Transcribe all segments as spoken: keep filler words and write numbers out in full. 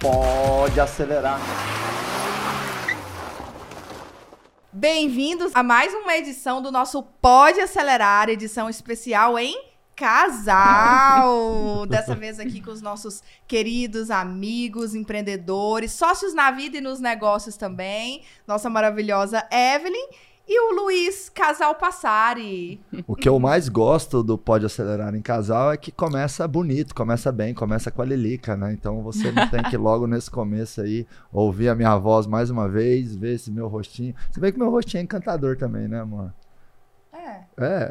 Pode acelerar. Bem-vindos a mais uma edição do nosso Pode Acelerar, edição especial em casal. Dessa vez aqui com os nossos queridos amigos, empreendedores, sócios na vida e nos negócios também. Nossa maravilhosa Evelyn e o Luiz, casal Passari. O que eu mais gosto do Pode Acelerar em Casal é que começa bonito, começa bem, começa com a Lilica, né? Então você não tem que logo nesse começo aí ouvir a minha voz mais uma vez, ver esse meu rostinho. Você vê que meu rostinho é encantador também, né, amor? É. É.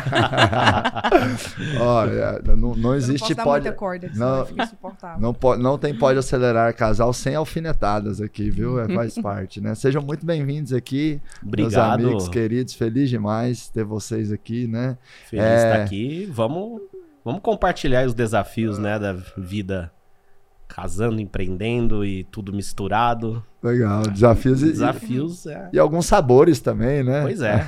Olha, não, não existe eu não pode. Muita corda, não, não, pode, não tem Pode Acelerar Casal sem alfinetadas aqui, viu? É, faz parte, né? Sejam muito bem-vindos aqui, obrigado, meus amigos queridos. Feliz demais ter vocês aqui, né? Feliz é... estar aqui. Vamos, vamos compartilhar os desafios, né, da vida. Casando, empreendendo e tudo misturado. Legal, desafios, desafios e, é... e alguns sabores também, né? Pois é.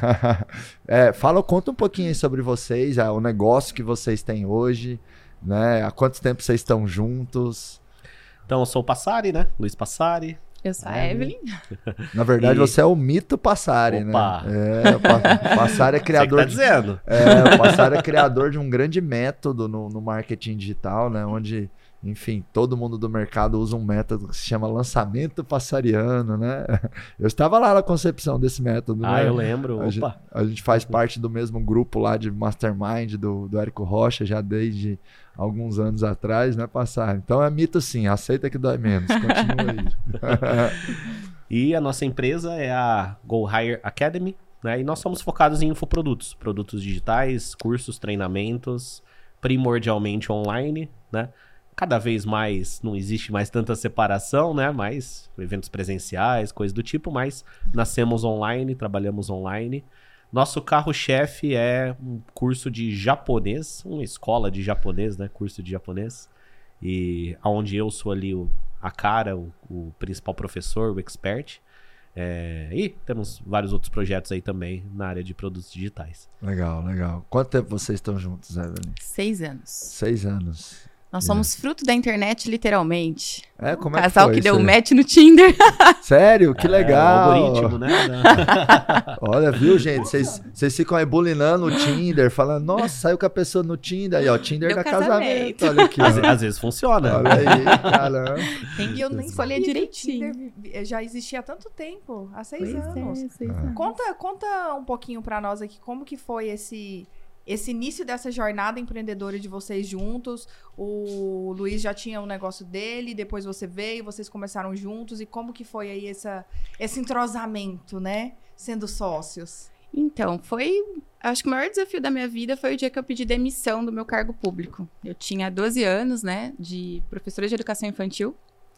é fala, conta um pouquinho aí sobre vocês, é, o negócio que vocês têm hoje, né? Há quanto tempo vocês estão juntos? Então, eu sou o Passari, né? Luiz Passari. Eu sou a Evelyn. Na verdade, e... você é o mito Passari, Opa. né? É, o Passari é criador. Você que tá dizendo. De... É, o Passari é criador de um grande método no, no marketing digital, né? Onde, enfim, todo mundo do mercado usa um método que se chama lançamento passariano, né? Eu estava lá na concepção desse método, ah, né? Ah, eu lembro. A Opa. gente, a gente faz parte do mesmo grupo lá de Mastermind do, do Érico Rocha, já desde alguns anos atrás, né, Passar? Então é mito sim, aceita que dói menos, continua aí. E a nossa empresa é a Go Hire Academy, né? E nós somos focados em infoprodutos, produtos digitais, cursos, treinamentos, primordialmente online, né? Cada vez mais não existe mais tanta separação, né? Mais eventos presenciais, coisas do tipo, mas nascemos online, trabalhamos online. Nosso carro-chefe é um curso de japonês, uma escola de japonês, né? Curso de japonês. E onde eu sou ali o, a cara, o, o principal professor, o expert. É, e temos vários outros projetos aí também na área de produtos digitais. Legal, legal. Quanto tempo vocês estão juntos, Evelyn? Seis anos. Seis anos. Nós somos fruto da internet, literalmente. É, como um é que casal foi que deu isso? match no Tinder. Sério? Que legal. É, o algoritmo, né? Olha, viu, gente? Vocês ficam aí bulinando o Tinder, falando, nossa, saiu com a pessoa no Tinder. Aí, ó, Tinder deu da casamento. casamento. Olha aqui. Às, às vezes funciona. Olha aí, caramba. E eu nem escolher sabia direitinho. que o Tinder já existia há tanto tempo, há seis Pois anos. É, seis Ah. anos. Conta, conta um pouquinho pra nós aqui como que foi esse... Esse início dessa jornada empreendedora de vocês juntos. O Luiz já tinha um negócio dele, depois você veio, vocês começaram juntos. E como que foi aí essa, esse entrosamento, né? Sendo sócios. Então, foi... Acho que o maior desafio da minha vida foi o dia que eu pedi demissão do meu cargo público. Eu tinha doze anos, né? De professora de educação infantil.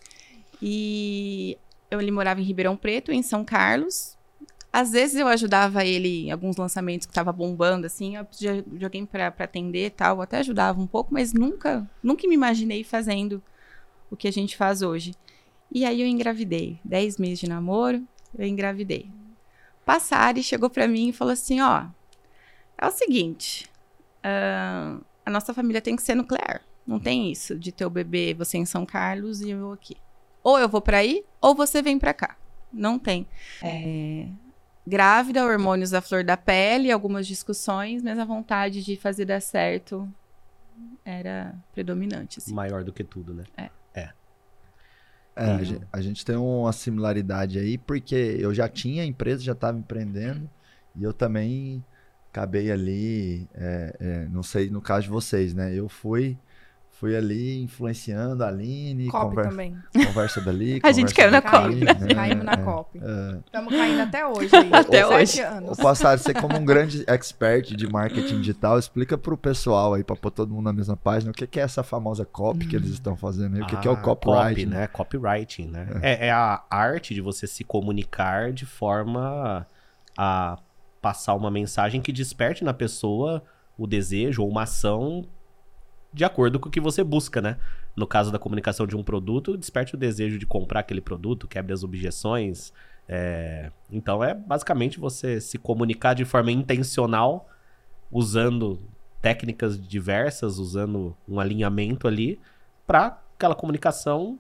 E eu ele morava em Ribeirão Preto, em São Carlos. Às vezes eu ajudava ele em alguns lançamentos que tava bombando, assim, eu precisava de alguém para atender e tal, eu até ajudava um pouco, mas nunca, nunca me imaginei fazendo o que a gente faz hoje. E aí eu engravidei, dez meses de namoro, eu engravidei. Passari chegou para mim e falou assim, ó, é o seguinte, uh, a nossa família tem que ser nuclear, não tem isso de ter o bebê, você em São Carlos e eu aqui. Ou eu vou para aí, ou você vem para cá, não tem. É... Grávida, hormônios à flor da pele, algumas discussões, mas a vontade de fazer dar certo era predominante. Assim. Maior do que tudo, né? É. É. É, a, gente, a gente tem uma similaridade aí, porque eu já tinha empresa, já estava empreendendo, e eu também acabei ali, é, é, não sei no caso de vocês, né? Eu fui... Fui ali influenciando a Aline. Copy conver... também. Conversa dali. A gente caiu na Copy. né? Caímos na é, Copy. É. Estamos caindo até hoje. Aí, até sete hoje. anos. O Passari, você como um grande expert de marketing digital, explica para o pessoal aí, para pôr todo mundo na mesma página, o que, que é essa famosa copy que eles estão fazendo aí, o que, ah, que é o copywriting. Copy, né? Copywriting, né? É. É, é a arte de você se comunicar de forma a passar uma mensagem que desperte na pessoa o desejo ou uma ação de acordo com o que você busca, né? No caso da comunicação de um produto, desperte o desejo de comprar aquele produto, quebre as objeções. É... Então, é basicamente você se comunicar de forma intencional, usando técnicas diversas, usando um alinhamento ali, para aquela comunicação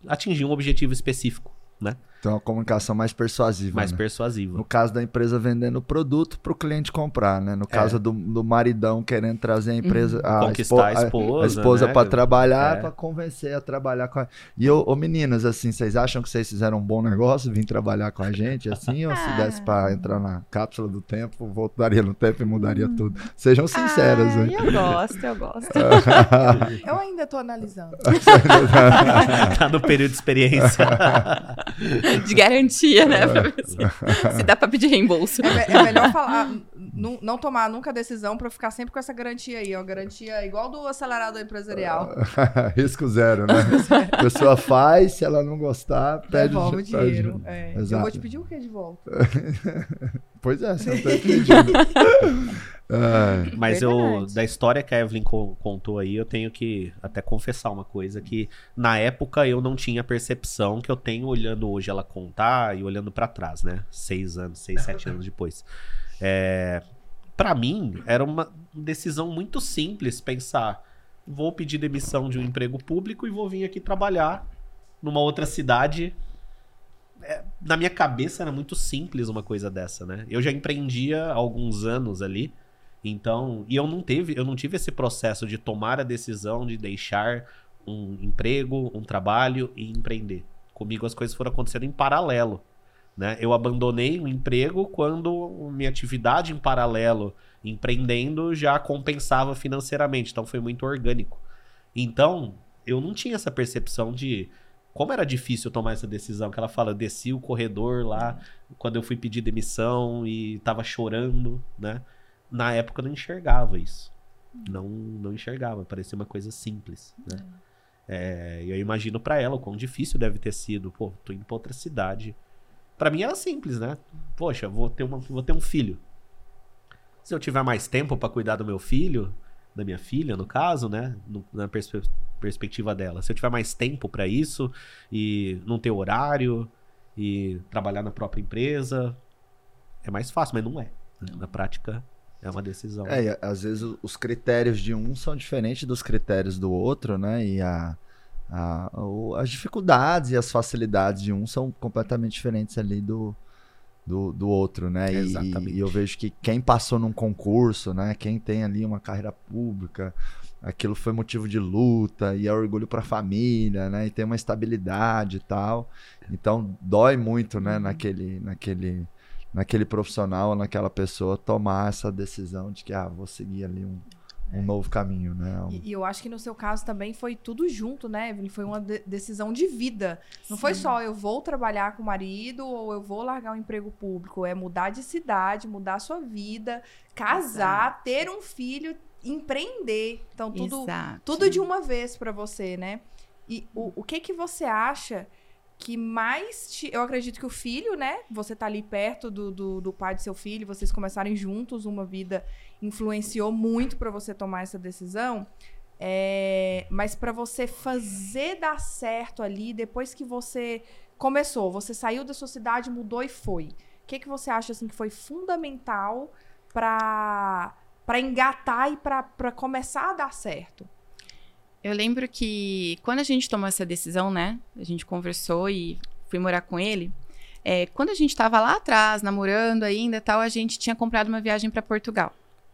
atingir um objetivo específico, né? Então, uma comunicação mais persuasiva. Mais né? persuasiva. No caso da empresa vendendo o produto para o cliente comprar, né? No caso é. do, do maridão querendo trazer a empresa... Uhum. A Conquistar espo, a esposa, A, a esposa né? para trabalhar, é. para convencer a trabalhar com a... E, ô, ô, meninas, assim, vocês acham que vocês fizeram um bom negócio, vir trabalhar com a gente, assim? Ou se desse para entrar na cápsula do tempo, voltaria no tempo e mudaria hum. tudo? Sejam sinceras. Ah, hein? eu gosto, eu gosto. Eu ainda tô analisando. Tá no período de experiência. De garantia, né? Se dá pra pedir reembolso. É, é melhor falar, não, não tomar nunca decisão pra ficar sempre com essa garantia aí, ó. Garantia igual do acelerador empresarial. Risco zero, né? A pessoa faz, se ela não gostar, pede devolve o dinheiro. Pede... É. Eu vou te pedir o que de volta? Pois é, você não tá pedindo. É. Mas eu, da história que a Evelyn co- contou aí, eu tenho que até confessar uma coisa, que na época eu não tinha a percepção que eu tenho olhando hoje ela contar e olhando pra trás, né? Seis anos, seis, sete anos depois. É, pra mim, era uma decisão muito simples pensar, vou pedir demissão de um emprego público e vou vir aqui trabalhar numa outra cidade. É, na minha cabeça era muito simples uma coisa dessa, né? Eu já empreendia há alguns anos ali. Então, e eu não teve, eu não tive esse processo de tomar a decisão de deixar um emprego, um trabalho e empreender. Comigo as coisas foram acontecendo em paralelo, né? Eu abandonei o emprego quando minha atividade em paralelo, empreendendo, já compensava financeiramente. Então foi muito orgânico. Então, eu não tinha essa percepção de como era difícil tomar essa decisão. Que ela fala, eu desci o corredor lá quando eu fui pedir demissão e tava chorando, né? Na época eu não enxergava isso. Não, não enxergava. Parecia uma coisa simples, né? É, eu imagino pra ela o quão difícil deve ter sido. Pô, tô indo pra outra cidade. Pra mim era simples, né? Poxa, vou ter, uma, vou ter um filho. Se eu tiver mais tempo pra cuidar do meu filho, da minha filha, no caso, né? No, na perspe- perspectiva dela. Se eu tiver mais tempo pra isso e não ter horário e trabalhar na própria empresa, é mais fácil, mas não é. Né? Na prática... É uma decisão. É, e às vezes os critérios de um são diferentes dos critérios do outro, né? E a, a, o, as dificuldades e as facilidades de um são completamente diferentes ali do, do, do outro, né? E, Exatamente. E, e eu vejo que quem passou num concurso, né? Quem tem ali uma carreira pública, aquilo foi motivo de luta e é orgulho para a família, né? E tem uma estabilidade e tal. Então dói muito, né? Naquele... naquele naquele profissional, naquela pessoa, tomar essa decisão de que, ah, vou seguir ali um, um novo caminho, né? Um... E, e eu acho que no seu caso também foi tudo junto, né, Evelyn? Foi uma de- decisão de vida. Não Sim. foi só eu vou trabalhar com o marido ou eu vou largar um emprego público. É mudar de cidade, mudar a sua vida, casar, Exato. ter um filho, empreender. Então, tudo, tudo de uma vez pra você, né? E o, o que que você acha... que mais te... eu acredito que o filho, né? Você tá ali perto do, do, do pai do seu filho, vocês começarem juntos uma vida, influenciou muito pra você tomar essa decisão. É... Mas pra você fazer dar certo ali, depois que você começou, você saiu da sua cidade, mudou e foi. O que que você acha assim que foi fundamental pra, pra engatar e pra, pra começar a dar certo? Eu lembro que quando a gente tomou essa decisão, né? A gente conversou e fui morar com ele. É, quando a gente estava lá atrás, namorando ainda e tal, a gente tinha comprado uma viagem para Portugal.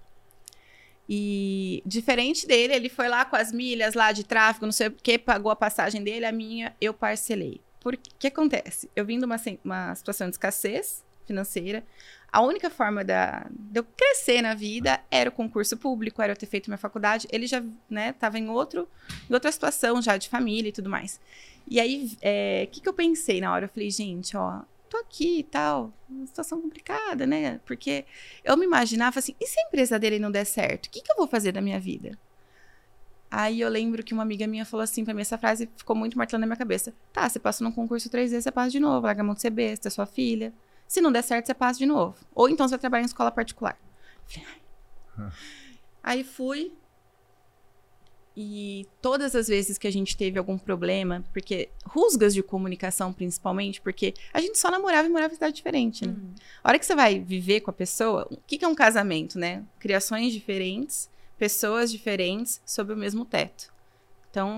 E diferente dele, ele foi lá com as milhas lá de tráfego, não sei o que, pagou a passagem dele, a minha eu parcelei. Por que acontece? Eu vim de uma, uma situação de escassez financeira. A única forma da, de eu crescer na vida era o concurso público, era eu ter feito minha faculdade. Ele já, né, tava em, outro, em outra situação já de família e tudo mais. E aí, o é, que, que eu pensei na hora? Eu falei, gente, ó, tô aqui e tal, uma situação complicada, né? Porque eu me imaginava assim, e se a empresa dele não der certo? O que, que eu vou fazer da minha vida? Aí eu lembro que uma amiga minha falou assim pra mim, essa frase ficou muito martelando na minha cabeça. Tá, você passou num concurso três vezes, você passa de novo, larga a mão de ser besta, é sua filha. Se não der certo, você passa de novo. Ou então você vai trabalhar em escola particular. Hum. Aí fui. E todas as vezes que a gente teve algum problema, porque rusgas de comunicação principalmente, porque a gente só namorava e morava em cidade diferente, né? Hum. A hora que você vai viver com a pessoa, o que, que é um casamento, né? Criações diferentes, pessoas diferentes, sob o mesmo teto. Então,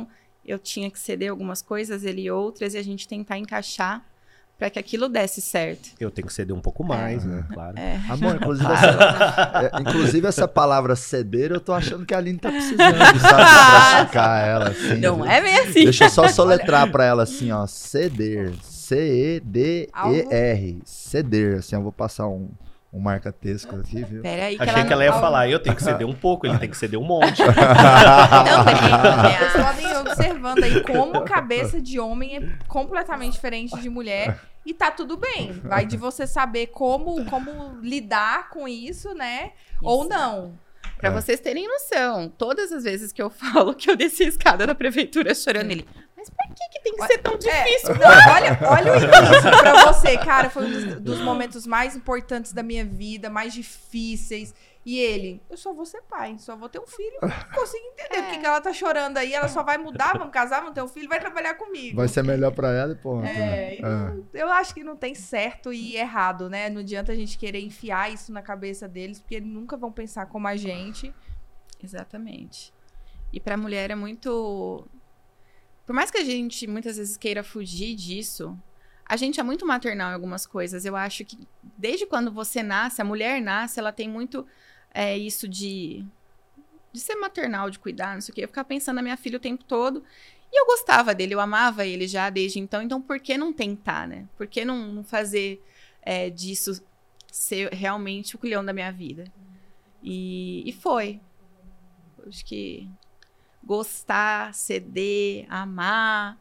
eu tinha que ceder algumas coisas, ele outras, e a gente tentar encaixar para que aquilo desse certo. Eu tenho que ceder um pouco mais, É. né? Claro. É. Amor, inclusive essa, é, inclusive essa palavra ceder, eu tô achando que a Aline tá precisando, sabe? Pra praticar ela, assim. Não viu? é bem assim. Deixa eu só soletrar pra ela assim, ó. Ceder. C E D E R. Ceder. Assim, eu vou passar um, um marca-texto aqui, viu? Pera aí que Achei ela que ela não... ia falar, eu tenho que ceder um pouco, ele tem que ceder um monte. Não, também, Vocês né? podem ir observando aí como cabeça de homem é completamente diferente de mulher. E tá tudo bem. Vai de você saber como, como lidar com isso, né? Ou não. Pra vocês terem noção, todas as vezes que eu falo que eu desci a escada da prefeitura chorando, ele... Mas por que, que tem que ser tão difícil? É, não, olha, olha o início pra você, cara. Foi um dos, dos momentos mais importantes da minha vida, mais difíceis. E ele, eu só vou ser pai, só vou ter um filho. Não consigo entender É. por que que ela tá chorando aí. Ela só vai mudar, vamos casar, vamos ter um filho, vai trabalhar comigo. Vai ser melhor pra ela e ponto. É, né? eu, eu acho que não tem certo e errado, né? Não adianta a gente querer enfiar isso na cabeça deles, porque eles nunca vão pensar como a gente. Exatamente. E pra mulher é muito... Por mais que a gente muitas vezes queira fugir disso, a gente é muito maternal em algumas coisas. Eu acho que desde quando você nasce, a mulher nasce, ela tem muito é, isso de, de ser maternal, de cuidar, não sei o quê. Eu ficava pensando na minha filha o tempo todo. E eu gostava dele, eu amava ele já desde então. Então, por que não tentar, né? Por que não, não fazer é, disso ser realmente o culhão da minha vida? E, e foi. Acho que gostar, ceder, amar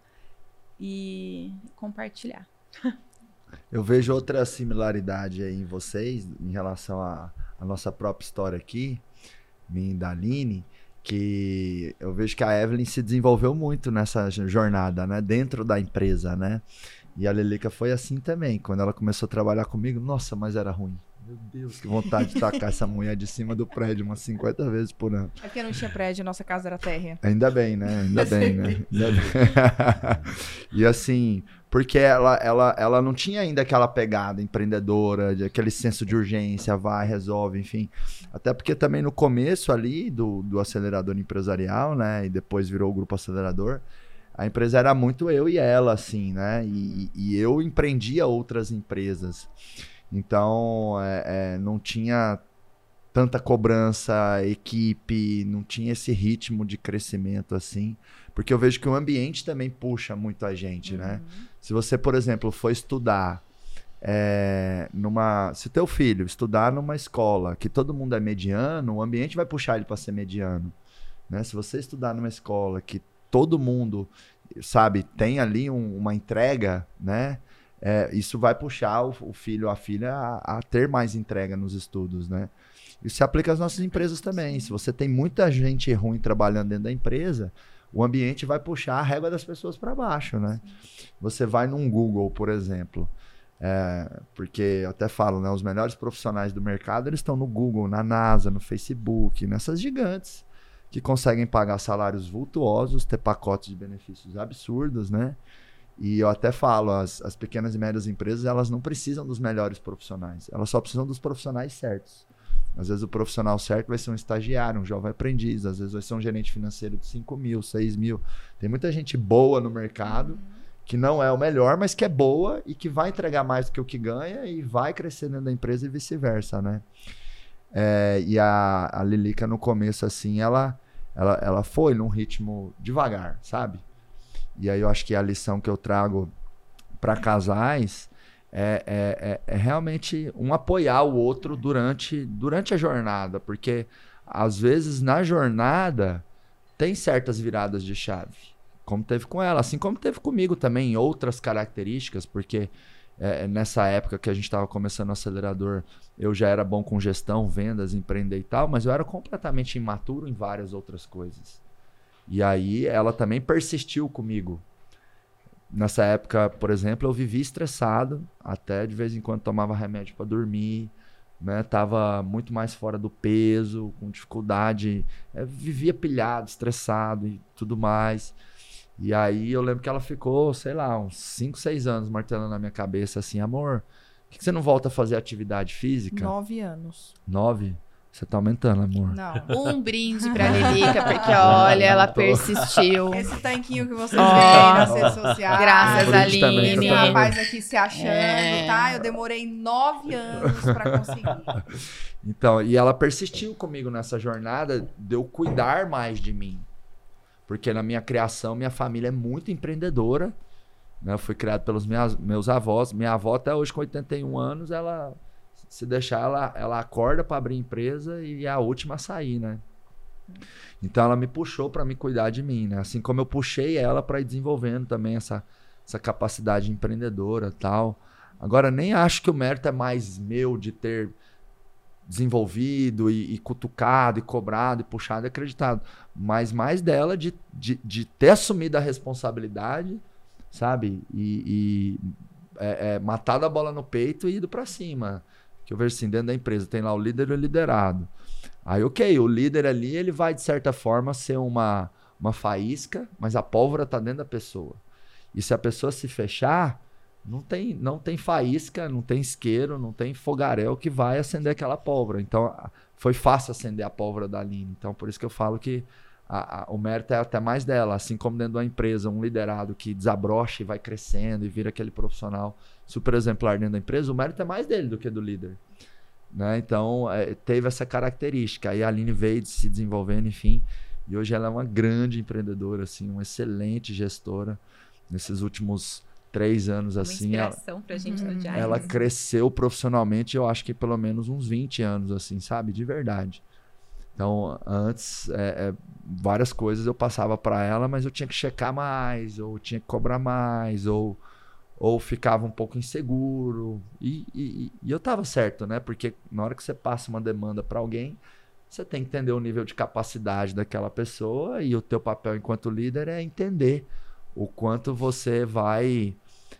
e compartilhar. Eu vejo outra similaridade aí em vocês, em relação à à nossa própria história aqui, minha e da Aline, que eu vejo que a Evelyn se desenvolveu muito nessa jornada, né? Dentro da empresa, né? E a Lelica foi assim também. Quando ela começou a trabalhar comigo, nossa, mas era ruim. Meu Deus, que vontade de tacar essa mulher de cima do prédio umas cinquenta vezes por ano. É porque não tinha prédio, nossa casa era térrea. Ainda bem, né? Ainda bem, né? Ainda bem. E assim, porque ela, ela, ela não tinha ainda aquela pegada empreendedora, de aquele senso de urgência, vai, resolve, enfim. Até porque também no começo ali do, do acelerador empresarial, né? E depois virou o grupo acelerador, a empresa era muito eu e ela, assim, né? E, e eu empreendia outras empresas. Então, é, é, não tinha tanta cobrança, equipe, não tinha esse ritmo de crescimento assim, porque eu vejo que o ambiente também puxa muito a gente, uhum. né? Se você, por exemplo, for estudar é, numa... Se teu filho estudar numa escola que todo mundo é mediano, o ambiente vai puxar ele para ser mediano, né? Se você estudar numa escola que todo mundo, sabe, tem ali um, uma entrega, né? É, isso vai puxar o, o filho ou a filha a, a ter mais entrega nos estudos, né? Isso se aplica às nossas empresas também. Se você tem muita gente ruim trabalhando dentro da empresa, o ambiente vai puxar a régua das pessoas para baixo, né? Você vai num Google, por exemplo, é, porque eu até falo, né? Os melhores profissionais do mercado, eles estão no Google, na NASA, no Facebook, nessas gigantes que conseguem pagar salários vultuosos, ter pacotes de benefícios absurdos, né? E eu até falo, as, as pequenas e médias empresas, elas não precisam dos melhores profissionais, elas só precisam dos profissionais certos. Às vezes o profissional certo vai ser um estagiário, um jovem aprendiz, às vezes vai ser um gerente financeiro de cinco mil, seis mil. Tem muita gente boa no mercado, que não é o melhor, mas que é boa e que vai entregar mais do que o que ganha e vai crescer dentro da empresa e vice-versa, né? É, e a, a Lilica no começo, assim, ela, ela, ela foi num ritmo devagar, sabe? E aí eu acho que a lição que eu trago para casais é, é, é, é realmente um apoiar o outro durante, durante a jornada, porque às vezes na jornada tem certas viradas de chave, como teve com ela, assim como teve comigo também, outras características, porque é, nessa época que a gente estava começando o acelerador, eu já era bom com gestão, vendas, empreender e tal, mas eu era completamente imaturo em várias outras coisas. E aí ela também persistiu comigo. Nessa época, por exemplo, eu vivia estressado, até de vez em quando tomava remédio para dormir, né? Tava muito mais fora do peso, com dificuldade, é, vivia pilhado, estressado e tudo mais. E aí eu lembro que ela ficou, sei lá, uns cinco, seis anos martelando na minha cabeça assim, amor, por que você não volta a fazer atividade física? Nove anos. Nove? Você tá aumentando, amor. Não. Um brinde pra Lilica, porque olha, ela persistiu. Esse tanquinho que vocês Ó. veem nas redes sociais. Graças, Um brinde também, Esse eu Aline. também. rapaz aqui se achando, É. tá? Eu demorei nove anos pra conseguir. Então, e ela persistiu comigo nessa jornada de eu cuidar mais de mim. Porque na minha criação, minha família é muito empreendedora. Né? Eu fui criado pelos minhas, meus avós. Minha avó, até hoje, com oitenta e um anos, ela, se deixar, ela, ela acorda para abrir empresa e é a última a sair, né? Então, ela me puxou para me cuidar de mim, né? Assim como eu puxei ela para ir desenvolvendo também essa, essa capacidade empreendedora e tal. Agora, nem acho que o mérito é mais meu de ter desenvolvido e, e cutucado e cobrado e puxado e acreditado, mas mais dela de, de, de ter assumido a responsabilidade, sabe? E, e é, é, matado a bola no peito e ido pra cima. Que eu vejo assim, dentro da empresa tem lá o líder e o liderado. Aí, ok, o líder ali, ele vai de certa forma ser uma, uma faísca, mas a pólvora tá dentro da pessoa. E se a pessoa se fechar, Não tem, não tem faísca, não tem isqueiro, não tem fogaréu que vai acender aquela pólvora. Então, foi fácil acender a pólvora da Aline. Então, por isso que eu falo que a, a, o mérito é até mais dela. Assim como dentro de uma empresa, um liderado que desabrocha e vai crescendo e vira aquele profissional super exemplar dentro da empresa, o mérito é mais dele do que do líder. Né? Então, é, teve essa característica. Aí a Aline veio se desenvolvendo, enfim. E hoje ela é uma grande empreendedora, assim, uma excelente gestora. Nesses últimos três anos, Uma assim, ela, inspiração pra gente no Giants. ela cresceu profissionalmente, eu acho que pelo menos uns vinte anos, assim, sabe? De verdade. Então, antes, é, é, várias coisas eu passava para ela, mas eu tinha que checar mais, ou tinha que cobrar mais, ou, ou ficava um pouco inseguro. E, e, e eu tava certo, né? Porque na hora que você passa uma demanda para alguém, você tem que entender o nível de capacidade daquela pessoa, e o teu papel enquanto líder é entender o quanto você vai...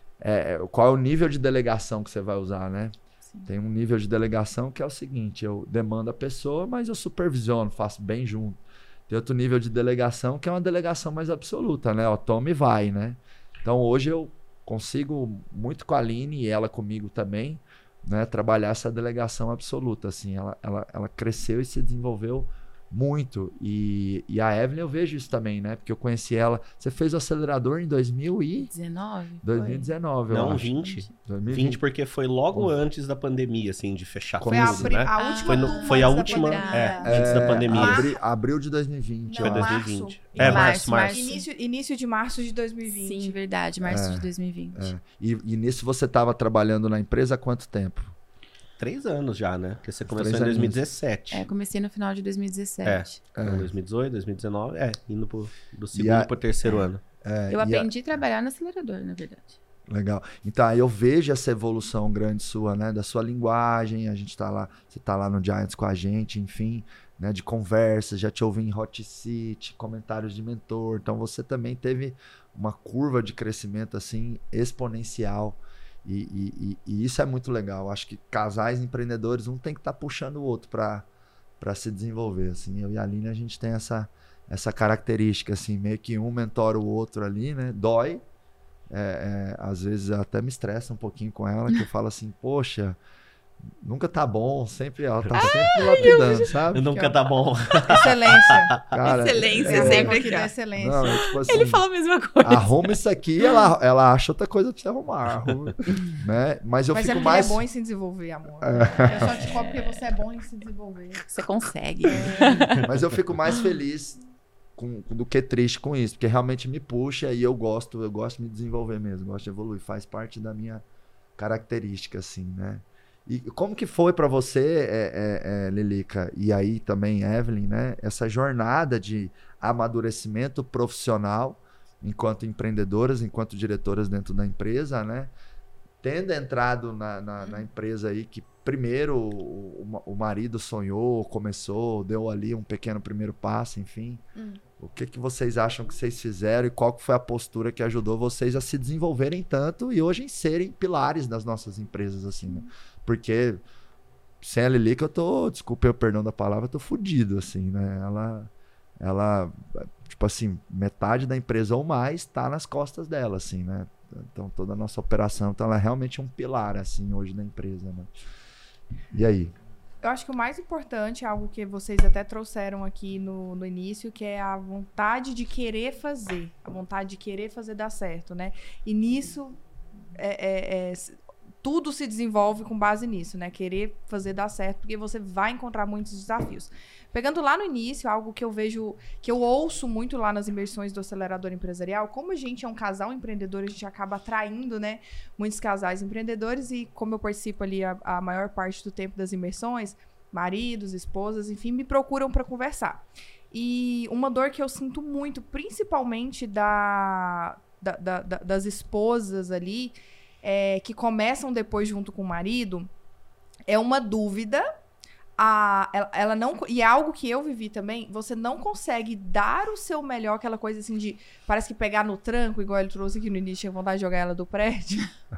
É, qual é o nível de delegação que você vai usar, né? Sim. Tem um nível de delegação que é o seguinte, eu demando a pessoa, mas eu supervisiono, faço bem junto. Tem outro nível de delegação que é uma delegação mais absoluta, né? Ó, toma e vai, né? Então hoje eu consigo, muito com a Aline e ela comigo também, né? Trabalhar essa delegação absoluta, assim. Ela, ela, ela cresceu e se desenvolveu muito. E, e a Evelyn eu vejo isso também, né? Porque eu conheci ela. Você fez o acelerador em dois mil e dezenove? dois mil e dezenove, eu Não, acho. vinte. dois mil e vinte. vinte, porque foi logo antes da pandemia, assim, de fechar Foi a, tudo, pri- né? a última Foi, no- turma foi a antes da última, pandemia. é, antes da pandemia. Abri, abril de dois mil e vinte. Foi Não, eu acho. dois mil e vinte. março. É, Março, março, março. março. Início, início de março de dois mil e vinte. Sim, verdade. Março É, de dois mil e vinte. É. E, e nisso você estava trabalhando na empresa há quanto tempo? Três anos já, né? Porque você começou Três em dois mil e aninhos. dezessete. É, comecei no final de dois mil e dezessete. Então, dois mil e dezoito, dois mil e dezenove, é, indo pro, do segundo a- pro terceiro ano. É, Eu e a- aprendi a trabalhar no acelerador, na verdade. Legal. Então, aí eu vejo essa evolução grande sua, né? Da sua linguagem, a gente tá lá, você tá lá no Giants com a gente, enfim, né? De conversas, já te ouvi em Hot Seat, comentários de mentor. Então, você também teve uma curva de crescimento, assim, exponencial. E, e, e, e isso é muito legal. Acho que casais empreendedores, um tem que estar tá puxando o outro para para se desenvolver, assim. Eu e a Aline, a gente tem essa, essa característica, assim, meio que um mentora o outro ali, né? Dói. É, é, às vezes até me estressa um pouquinho com ela, que eu falo assim, poxa, nunca tá bom, sempre, ela tá sempre lapidando, sabe? Nunca tá bom. Excelência. Cara, Excelência, É, sempre aqui aqui, da ó. excelência. não, é tipo assim, Ele fala a mesma coisa. arruma isso aqui, ela, ela acha outra coisa pra você arrumar, arruma, né? Mas eu Mas é fico porque mais... ele é bom em se desenvolver, amor. Eu só te cobro porque você é bom em se desenvolver. Você consegue. Mas eu fico mais feliz com, do que triste com isso, porque realmente me puxa e eu gosto, eu gosto de me desenvolver mesmo, gosto de evoluir, faz parte da minha característica, assim, né? E como que foi pra você, é, é, é, Lilica, e aí também Evelyn, né? Essa jornada de amadurecimento profissional enquanto empreendedoras, enquanto diretoras dentro da empresa, né? Tendo entrado na, na, na empresa aí que primeiro o, o marido sonhou, começou, deu ali um pequeno primeiro passo, enfim. Hum. O que, que vocês acham que vocês fizeram e qual que foi a postura que ajudou vocês a se desenvolverem tanto e hoje em serem pilares das nossas empresas, assim, né? Porque sem a Lilica eu tô, desculpe o perdão da palavra, eu tô fudido, assim, né? Ela, ela, tipo assim, metade da empresa ou mais tá nas costas dela, assim, né? Então toda a nossa operação, então ela é realmente um pilar, assim, hoje da empresa, né? E aí? Eu acho que o mais importante é algo que vocês até trouxeram aqui no, no início, que é a vontade de querer fazer. A vontade de querer fazer dar certo, né? E nisso, é, é, é, tudo se desenvolve com base nisso, né? Querer fazer dar certo, porque você vai encontrar muitos desafios. Pegando lá no início, algo que eu vejo, que eu ouço muito lá nas imersões do Acelerador Empresarial, como a gente é um casal empreendedor, a gente acaba atraindo, né, muitos casais empreendedores e como eu participo ali a, a maior parte do tempo das imersões, maridos, esposas, enfim, me procuram para conversar. E uma dor que eu sinto muito, principalmente da, da, da, da, das esposas ali, é, que começam depois junto com o marido, é uma dúvida. A, ela, ela não, e é algo que eu vivi também, você não consegue dar o seu melhor, aquela coisa assim de, parece que pegar no tranco, igual ele trouxe aqui no início, tinha vontade de jogar ela do prédio.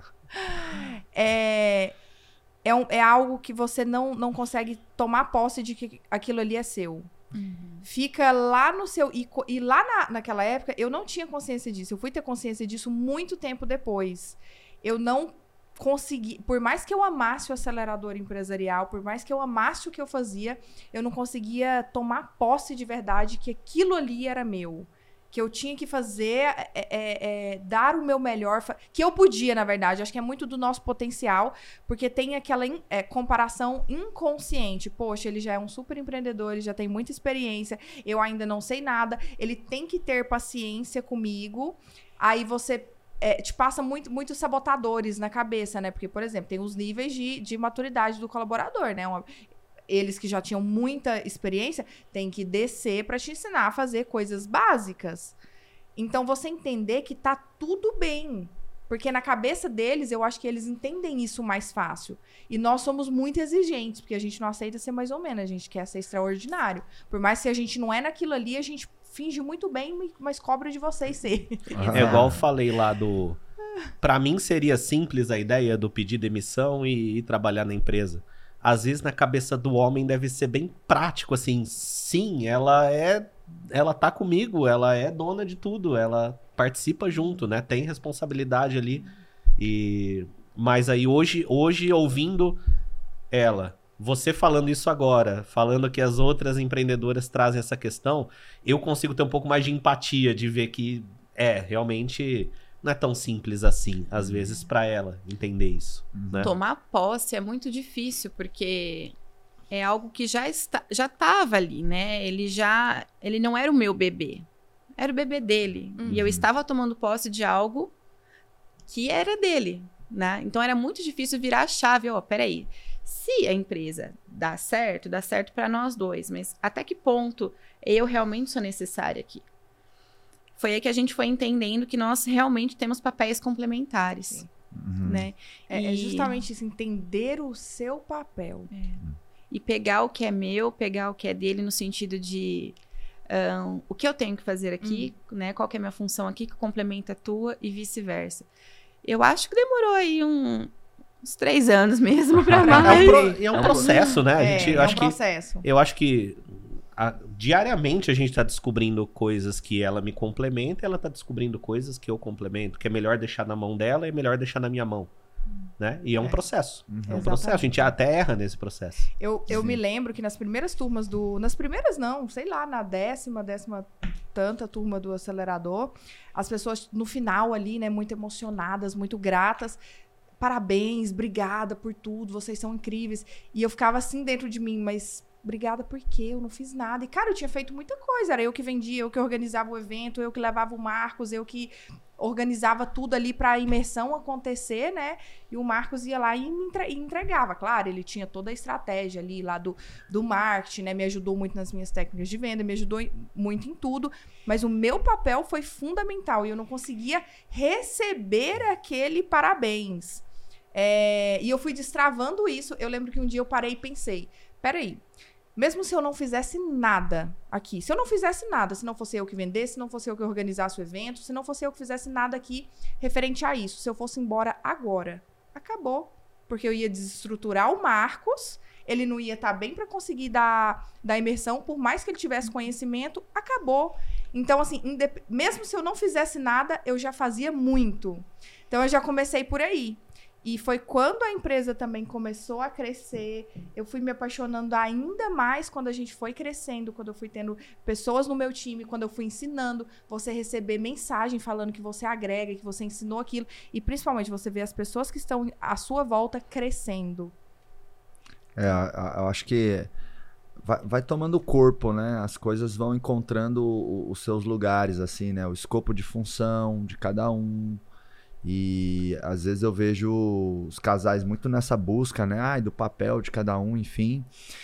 é, é, um, é algo que você não, não consegue tomar posse de que aquilo ali é seu. Uhum. Fica lá no seu... E, e lá na, naquela época, eu não tinha consciência disso. Eu fui ter consciência disso muito tempo depois. Eu não consegui... Por mais que eu amasse o acelerador empresarial, por mais que eu amasse o que eu fazia, eu não conseguia tomar posse de verdade que aquilo ali era meu. Que eu tinha que fazer, é, é, é, dar o meu melhor, que eu podia, na verdade, acho que é muito do nosso potencial, porque tem aquela in, é, comparação inconsciente, poxa, ele já é um super empreendedor, ele já tem muita experiência, eu ainda não sei nada, ele tem que ter paciência comigo, aí você é, te passa muito, muitos sabotadores na cabeça, né, porque, por exemplo, tem os níveis de, de maturidade do colaborador, né, uma, eles que já tinham muita experiência, têm que descer para te ensinar a fazer coisas básicas. Então, você entender que tá tudo bem. Porque na cabeça deles, eu acho que eles entendem isso mais fácil. E nós somos muito exigentes, porque a gente não aceita ser mais ou menos, a gente quer ser extraordinário. Por mais que a gente não é naquilo ali, a gente finge muito bem, mas cobra de vocês ser. É igual eu falei lá do... Pra mim, seria simples a ideia do pedir demissão e ir trabalhar na empresa. Às vezes, na cabeça do homem, deve ser bem prático, assim. Sim, ela é... Ela tá comigo, ela é dona de tudo, ela participa junto, né? Tem responsabilidade ali. E... Mas aí, hoje, hoje, ouvindo ela, você falando isso agora, falando que as outras empreendedoras trazem essa questão, eu consigo ter um pouco mais de empatia, de ver que, é, realmente... Não é tão simples assim, às vezes, para ela entender isso. Né? Tomar posse é muito difícil, porque é algo que já está, já estava ali, né? Ele já, ele não era o meu bebê, era o bebê dele. Uhum. E eu estava tomando posse de algo que era dele, né? Então era muito difícil virar a chave. Ó, peraí, se a empresa dá certo, dá certo para nós dois, mas até que ponto eu realmente sou necessária aqui? Foi aí que a gente foi entendendo que nós realmente temos papéis complementares, uhum. né? É, e... é justamente isso, entender o seu papel. É. E pegar o que é meu, pegar o que é dele no sentido de um, o que eu tenho que fazer aqui, uhum. né? Qual que é a minha função aqui que complementa a tua e vice-versa. Eu acho que demorou aí um... uns três anos mesmo para mais. É um, pro, é um processo, né? A gente, é, eu é acho um processo. Que, eu acho que a, diariamente a gente tá descobrindo coisas que ela me complementa e ela tá descobrindo coisas que eu complemento, que é melhor deixar na mão dela e é melhor deixar na minha mão. Hum. Né? E é um é. processo. Uhum. É um Exatamente. processo. A gente até erra nesse processo. Eu, eu me lembro que nas primeiras turmas do... Nas primeiras não, sei lá, na décima, décima tanta turma do acelerador, as pessoas no final ali, né, muito emocionadas, muito gratas. Parabéns, obrigada por tudo, vocês são incríveis. E eu ficava assim dentro de mim, mas obrigada por quê? Eu não fiz nada. E, cara, eu tinha feito muita coisa. Era eu que vendia, eu que organizava o evento, eu que levava o Marcos, eu que organizava tudo ali para a imersão acontecer, né? E o Marcos ia lá e me entregava. Claro, ele tinha toda a estratégia ali lá do, do marketing, né? Me ajudou muito nas minhas técnicas de venda, me ajudou muito em tudo. Mas o meu papel foi fundamental e eu não conseguia receber aquele parabéns. É, e eu fui destravando isso. Eu lembro que um dia eu parei e pensei, peraí, mesmo se eu não fizesse nada aqui, se eu não fizesse nada, se não fosse eu que vendesse, se não fosse eu que organizasse o evento, se não fosse eu que fizesse nada aqui referente a isso, se eu fosse embora agora, acabou. Porque eu ia desestruturar o Marcos, ele não ia estar bem para conseguir dar, dar imersão, por mais que ele tivesse conhecimento, acabou. Então, assim, indep... mesmo se eu não fizesse nada, eu já fazia muito. Então, eu já comecei por aí. E foi quando a empresa também começou a crescer, eu fui me apaixonando ainda mais quando a gente foi crescendo, quando eu fui tendo pessoas no meu time, quando eu fui ensinando, você receber mensagem falando que você agrega, que você ensinou aquilo, e principalmente você ver as pessoas que estão à sua volta crescendo. É, eu acho que vai, vai tomando corpo, né? As coisas vão encontrando os seus lugares, assim, né? O escopo de função de cada um. E às vezes eu vejo os casais muito nessa busca, né? Ai, do papel de cada um, enfim.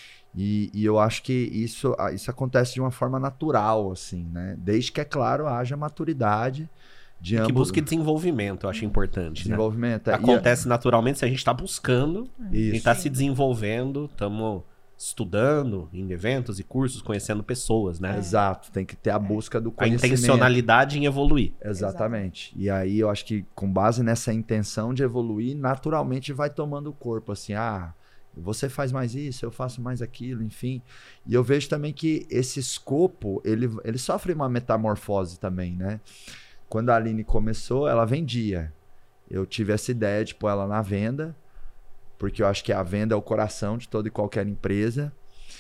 E, e eu acho que isso, isso acontece de uma forma natural, assim, né? Desde que, é claro, haja maturidade de ambos. Que busque desenvolvimento, eu acho importante. Desenvolvimento. Né? É. Acontece naturalmente se a gente está buscando, Isso. a gente está se desenvolvendo, estamos estudando em eventos e cursos, conhecendo pessoas, né? Exato, tem que ter a busca do A conhecimento. intencionalidade em evoluir. Exatamente. E aí eu acho que com base nessa intenção de evoluir, naturalmente vai tomando corpo, assim, ah, você faz mais isso, eu faço mais aquilo, enfim. E eu vejo também que esse escopo, ele, ele sofre uma metamorfose também, né? Quando a Aline começou, ela vendia. Eu tive essa ideia de pôr ela na venda, porque eu acho que a venda é o coração de toda e qualquer empresa.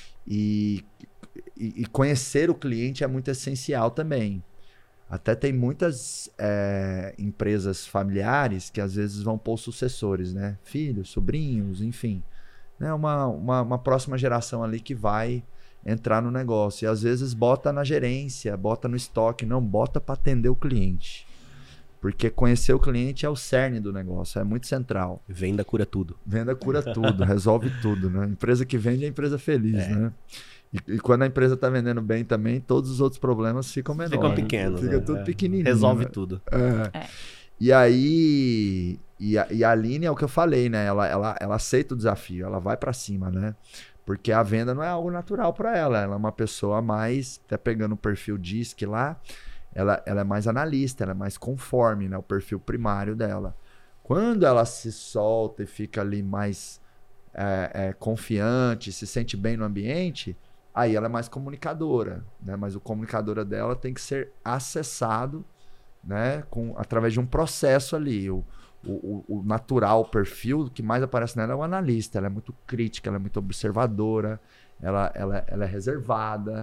E, e, e conhecer o cliente é muito essencial também. Até tem muitas é, empresas familiares que às vezes vão pôr sucessores, né? Filhos, sobrinhos, enfim. Né? Uma, uma, uma próxima geração ali que vai entrar no negócio. E às vezes bota na gerência, bota no estoque. Não, bota para atender o cliente. Porque conhecer o cliente é o cerne do negócio, é muito central. Venda cura tudo. Venda cura tudo, resolve tudo, né? Empresa que vende é empresa feliz, é. né? E, e quando a empresa está vendendo bem também, todos os outros problemas ficam menores. Ficam pequenos. Fica né? tudo é. pequenininho. Resolve né? tudo. É. É. E aí... E a, e a Aline é o que eu falei, né? Ela, ela, ela aceita o desafio, ela vai para cima, né? Porque a venda não é algo natural para ela. Ela é uma pessoa mais... Até pegando o perfil D I S C lá... Ela, ela é mais analista, ela é mais conforme, né? O perfil primário dela. Quando ela se solta e fica ali mais é, é, confiante, se sente bem no ambiente, aí ela é mais comunicadora, né? Mas o comunicadora dela tem que ser acessado, né? Com, através de um processo ali. O, o, o natural, o perfil que mais aparece nela é o analista. Ela é muito crítica, ela é muito observadora, ela, ela, ela é reservada.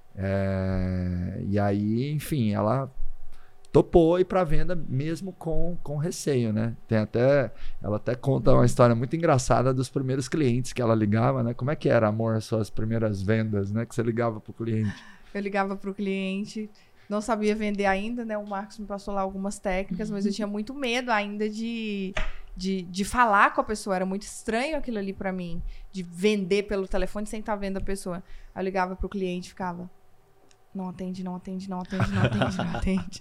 É, e aí, enfim, ela topou ir para venda mesmo com, com receio, né? Tem até, ela até conta uma história muito engraçada dos primeiros clientes que ela ligava, né? Como é que era, amor, as suas primeiras vendas, né? Que você ligava pro cliente? Eu ligava pro cliente, não sabia vender ainda, né? O Marcos me passou lá algumas técnicas, mas eu tinha muito medo ainda de... De, de falar com a pessoa, era muito estranho aquilo ali pra mim, de vender pelo telefone sem estar vendo a pessoa. Eu ligava pro cliente e ficava, não atende, não atende, não atende, não atende, não atende.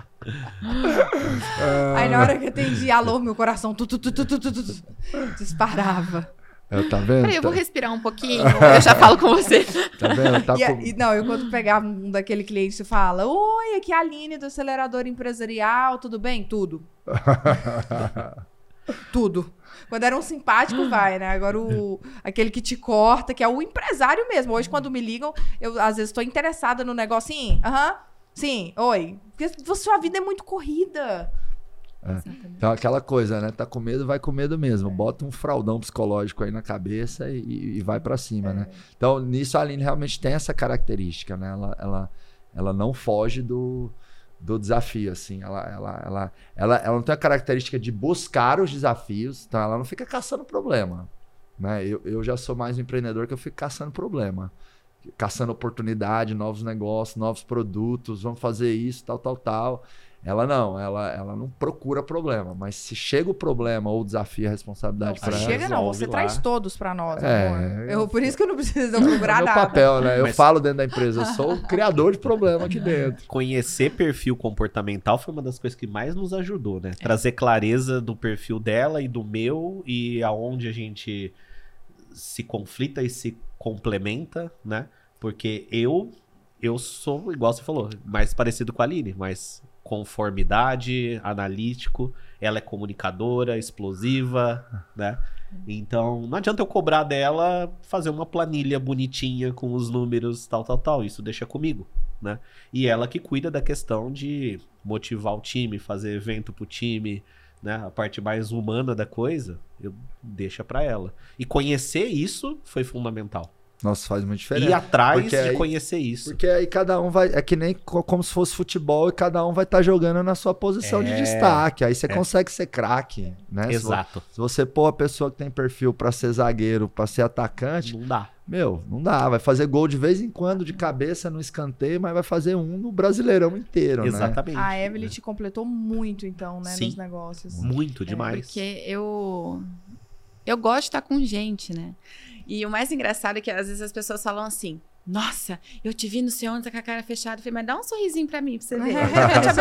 Aí na hora que eu atendi, alô, meu coração tu, tu, tu, tu, tu, tu, tu, disparava. Eu, tá vendo? Peraí, eu vou respirar um pouquinho, eu já falo com você. Tá vendo? Tá E, com... e, não, eu quando pegava um daquele cliente, você fala, oi, aqui é a Aline do Acelerador Empresarial, tudo bem? Tudo. Tudo. Quando era um simpático, vai, né? Agora o, aquele que te corta, que é o empresário mesmo. Hoje, quando me ligam, eu às vezes estou interessada no negócio. Sim, aham, uh-huh, sim, oi. Porque sua vida é muito corrida. É. Então, aquela coisa, né? Tá com medo, vai com medo mesmo. É. Bota um fraldão psicológico aí na cabeça e, e vai pra cima, é. né? Então, nisso a Aline realmente tem essa característica, né? Ela, ela, ela não foge do... do desafio, assim, ela, ela, ela, ela, ela não tem a característica de buscar os desafios, então ela não fica caçando problema, né? Eu, eu já sou mais um empreendedor que eu fico caçando problema, caçando oportunidade, novos negócios, novos produtos, vamos fazer isso, tal, tal, tal. Ela não, ela, ela não procura problema, mas se chega o problema ou o desafio, a responsabilidade para ela... Chega não, você lá. Traz todos para nós, é, amor. Eu, por isso que eu não preciso procurar é nada. meu papel, né? Eu mas... falo dentro da empresa, eu sou o criador de problema aqui dentro. Conhecer perfil comportamental foi uma das coisas que mais nos ajudou, né? É. Trazer clareza do perfil dela e do meu e aonde a gente se conflita e se complementa, né? Porque eu, eu sou, igual você falou, mais parecido com a Aline, mas... conformidade, analítico, ela é comunicadora, explosiva, né? Então, não adianta eu cobrar dela fazer uma planilha bonitinha com os números, tal, tal, tal. Isso deixa comigo, né? E ela que cuida da questão de motivar o time, fazer evento pro time, né, a parte mais humana da coisa, eu deixa pra ela. E conhecer isso foi fundamental. Nossa, faz muita diferença. Ir atrás Porque de aí- conhecer isso. Porque aí cada um vai. É que nem co- como se fosse futebol e cada um vai estar jogando na sua posição de É, destaque. Aí você é. consegue ser craque, né? Se vo- Exato. Se você pôr a pessoa que tem perfil pra ser zagueiro, pra ser atacante, Não dá. meu, não dá. Vai fazer gol de vez em quando de cabeça no escanteio, mas vai fazer um no Brasileirão inteiro, né? Exatamente. A Evelyn te completou muito, então, né, Sim. nos negócios. Muito demais. Porque eu eu gosto de estar com gente, né? E o mais engraçado é que às vezes as pessoas falam assim: nossa, eu te vi no sei onde, tá com a cara fechada. Eu falei, mas dá um sorrisinho pra mim, pra você ver. Eu te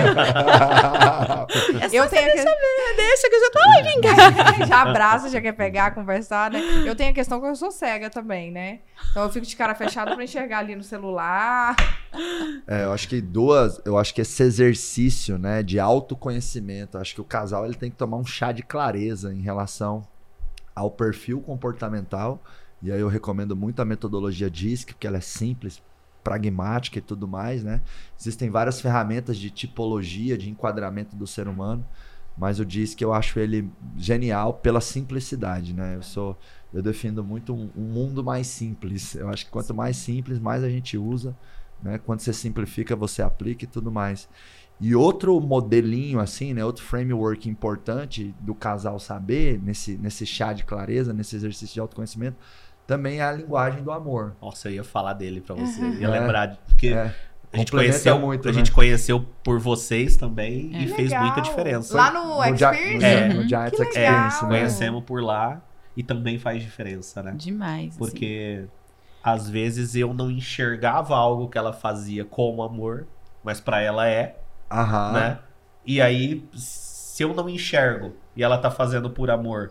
abraçar. É só Eu você tenho deixa, aquele- ver, deixa que eu já tô lá, vem cá. Já abraça, já quer pegar, conversar, né? Eu tenho a questão que eu sou cega também, né? Então eu fico de cara fechada pra enxergar ali no celular. É, eu acho que duas, eu acho que esse exercício, né, de autoconhecimento, eu acho que o casal ele tem que tomar um chá de clareza em relação ao perfil comportamental. E aí eu recomendo muito a metodologia D I S C, porque ela é simples, pragmática e tudo mais, né? Existem várias ferramentas de tipologia, de enquadramento do ser humano, mas o D I S C eu acho ele genial pela simplicidade, né? Eu sou, eu defendo muito um, um mundo mais simples. Eu acho que quanto mais simples, mais a gente usa, né? Quando você simplifica, você aplica e tudo mais. E outro modelinho assim, né? Outro framework importante do casal saber, nesse, nesse chá de clareza, nesse exercício de autoconhecimento, também é a linguagem do amor. Nossa, eu ia falar dele pra você. Ia É. lembrar. de- Porque É. a, gente Complementa conheceu, muito, a né? gente conheceu por vocês também e Que fez legal. muita diferença. Lá no No Gia- Experience? no, É. no Giants Que Experience, legal. né? Conhecemos por lá e também faz diferença, né? Demais. assim. Porque às vezes eu não enxergava algo que ela fazia como amor, mas pra ela é, Aham. né? E aí, se eu não enxergo e ela tá fazendo por amor,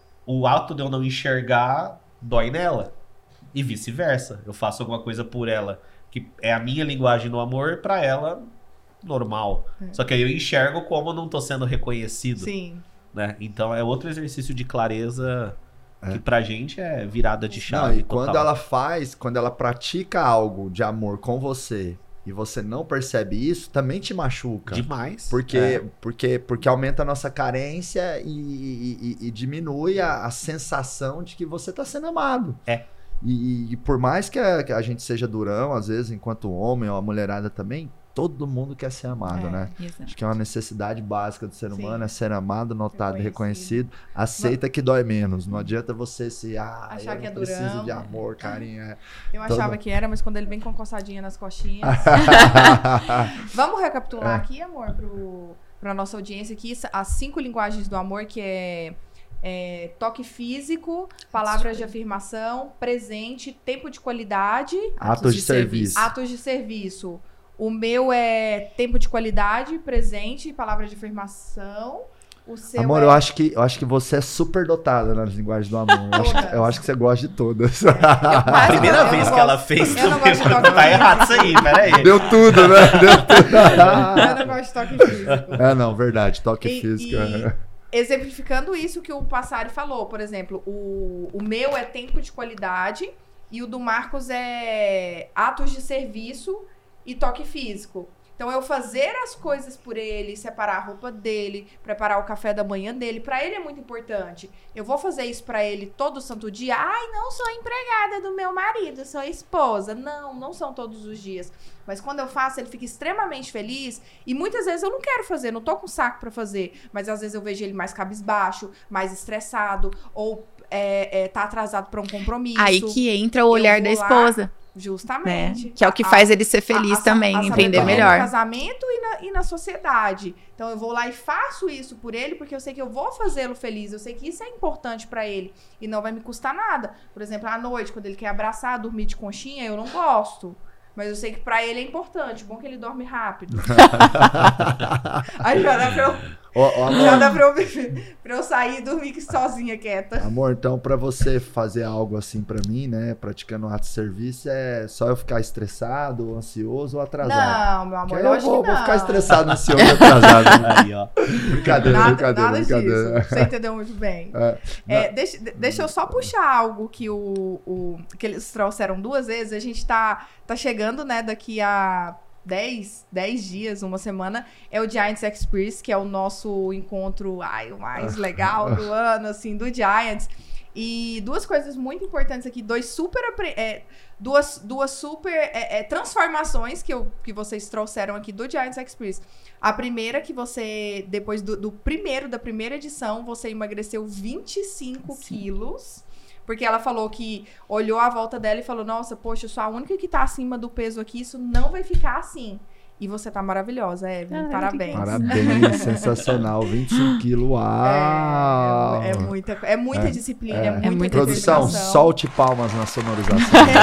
o ato de eu não enxergar dói nela. E vice-versa. Eu faço alguma coisa por ela que é a minha linguagem do amor, pra ela, normal. É. Só que aí eu enxergo como eu não tô sendo reconhecido. Sim. Né? Então é outro exercício de clareza É. que pra gente é virada de Não, chave. e quando total. ela faz, quando ela pratica algo de amor com você e você não percebe isso, também te machuca. Demais. Porque, É. porque, porque aumenta a nossa carência e, e- e- e diminui a, a sensação de que você está sendo amado. É. E, e por mais que a, que a gente seja durão, às vezes, enquanto homem ou a mulherada também, todo mundo quer ser amado, É. né? Exato. Acho que é uma necessidade básica do ser Sim. humano, é ser amado, notado, Reconhecido. reconhecido. Aceita que dói menos. Não adianta você se... Ah, Achar eu que é não preciso durão. de amor, carinho. É. Eu Todo- achava que era, mas quando ele vem com a coçadinha nas coxinhas. Vamos recapitular É. aqui, amor, pro, pra nossa audiência aqui, as cinco linguagens do amor, que é, é toque físico, palavras de afirmação, presente, tempo de qualidade, Atos de serviço. atos de serviço. O meu é tempo de qualidade, presente, palavra de afirmação. O seu Amor, é... eu acho que eu acho que você é super dotada nas linguagens do amor. Eu acho, que, eu acho que você gosta de todas. A primeira Eu vez não que ela gosto- fez eu não também, gosto de toque tá físico. errado isso aí, peraí. Deu tudo, né? Deu tudo. Eu não gosto de toque físico. É, não, verdade. Toque E- físico. e- é. Exemplificando isso que o Passari falou, por exemplo, o, o meu é tempo de qualidade e o do Marcos é atos de serviço e toque físico. Então, eu fazer as coisas por ele, separar a roupa dele, preparar o café da manhã dele, pra ele é muito importante. Eu vou fazer isso pra ele todo santo dia? Ai, não sou empregada do meu marido, sou esposa. Não, não são todos os dias. Mas quando eu faço, ele fica extremamente feliz. E muitas vezes eu não quero fazer, não tô com saco pra fazer. Mas às vezes eu vejo ele mais cabisbaixo, mais estressado, ou é, é, tá atrasado pra um compromisso. Aí que entra o olhar da vou lá, esposa, né? Justamente. Que é o que A- faz ele ser feliz a- a- também, a entender sabedoria melhor. No casamento e na, e na sociedade. Então eu vou lá e faço isso por ele, porque eu sei que eu vou fazê-lo feliz. Eu sei que isso é importante pra ele. E não vai me custar nada. Por exemplo, à noite, quando ele quer abraçar, dormir de conchinha, eu não gosto. Mas eu sei que pra ele é importante. Bom que ele dorme rápido. Aí já dá pra eu, Ó, ó, já amor, dá pra eu, pra eu sair e dormir sozinha, quieta. amor, então pra você fazer algo assim pra mim, né, praticando ato de serviço, é só eu ficar estressado, ansioso ou atrasado? Não, meu Porque amor, aí eu eu acho vou, que não. vou ficar estressado, ansioso e atrasado. né? Aí, ó. Brincadeira, Nada, brincadeira, nada brincadeira. disso. Você entendeu muito bem. É, É, deixa, de- deixa eu só puxar algo que, o, o- que eles trouxeram duas vezes. A gente tá, tá chegando, né, daqui a dez, dez dias, uma semana, é o Giants Experience, que é o nosso encontro ai, o mais legal do ano, assim, do Giants. E duas coisas muito importantes aqui, dois super, é, duas, duas super é, é, transformações que, eu, que vocês trouxeram aqui do Giants Experience. A primeira que você, depois do, do primeiro, da primeira edição, você emagreceu vinte e cinco quilos. Porque ela falou que olhou à volta dela e falou, nossa, poxa, eu sou a única que tá acima do peso aqui, isso não vai ficar assim. E você tá maravilhosa, Evelyn, ah, parabéns. Parabéns, sensacional, vinte e cinco quilos, uau! É, é, é muita, é muita é, disciplina, é, é muita, muita produção, solte palmas na sonorização.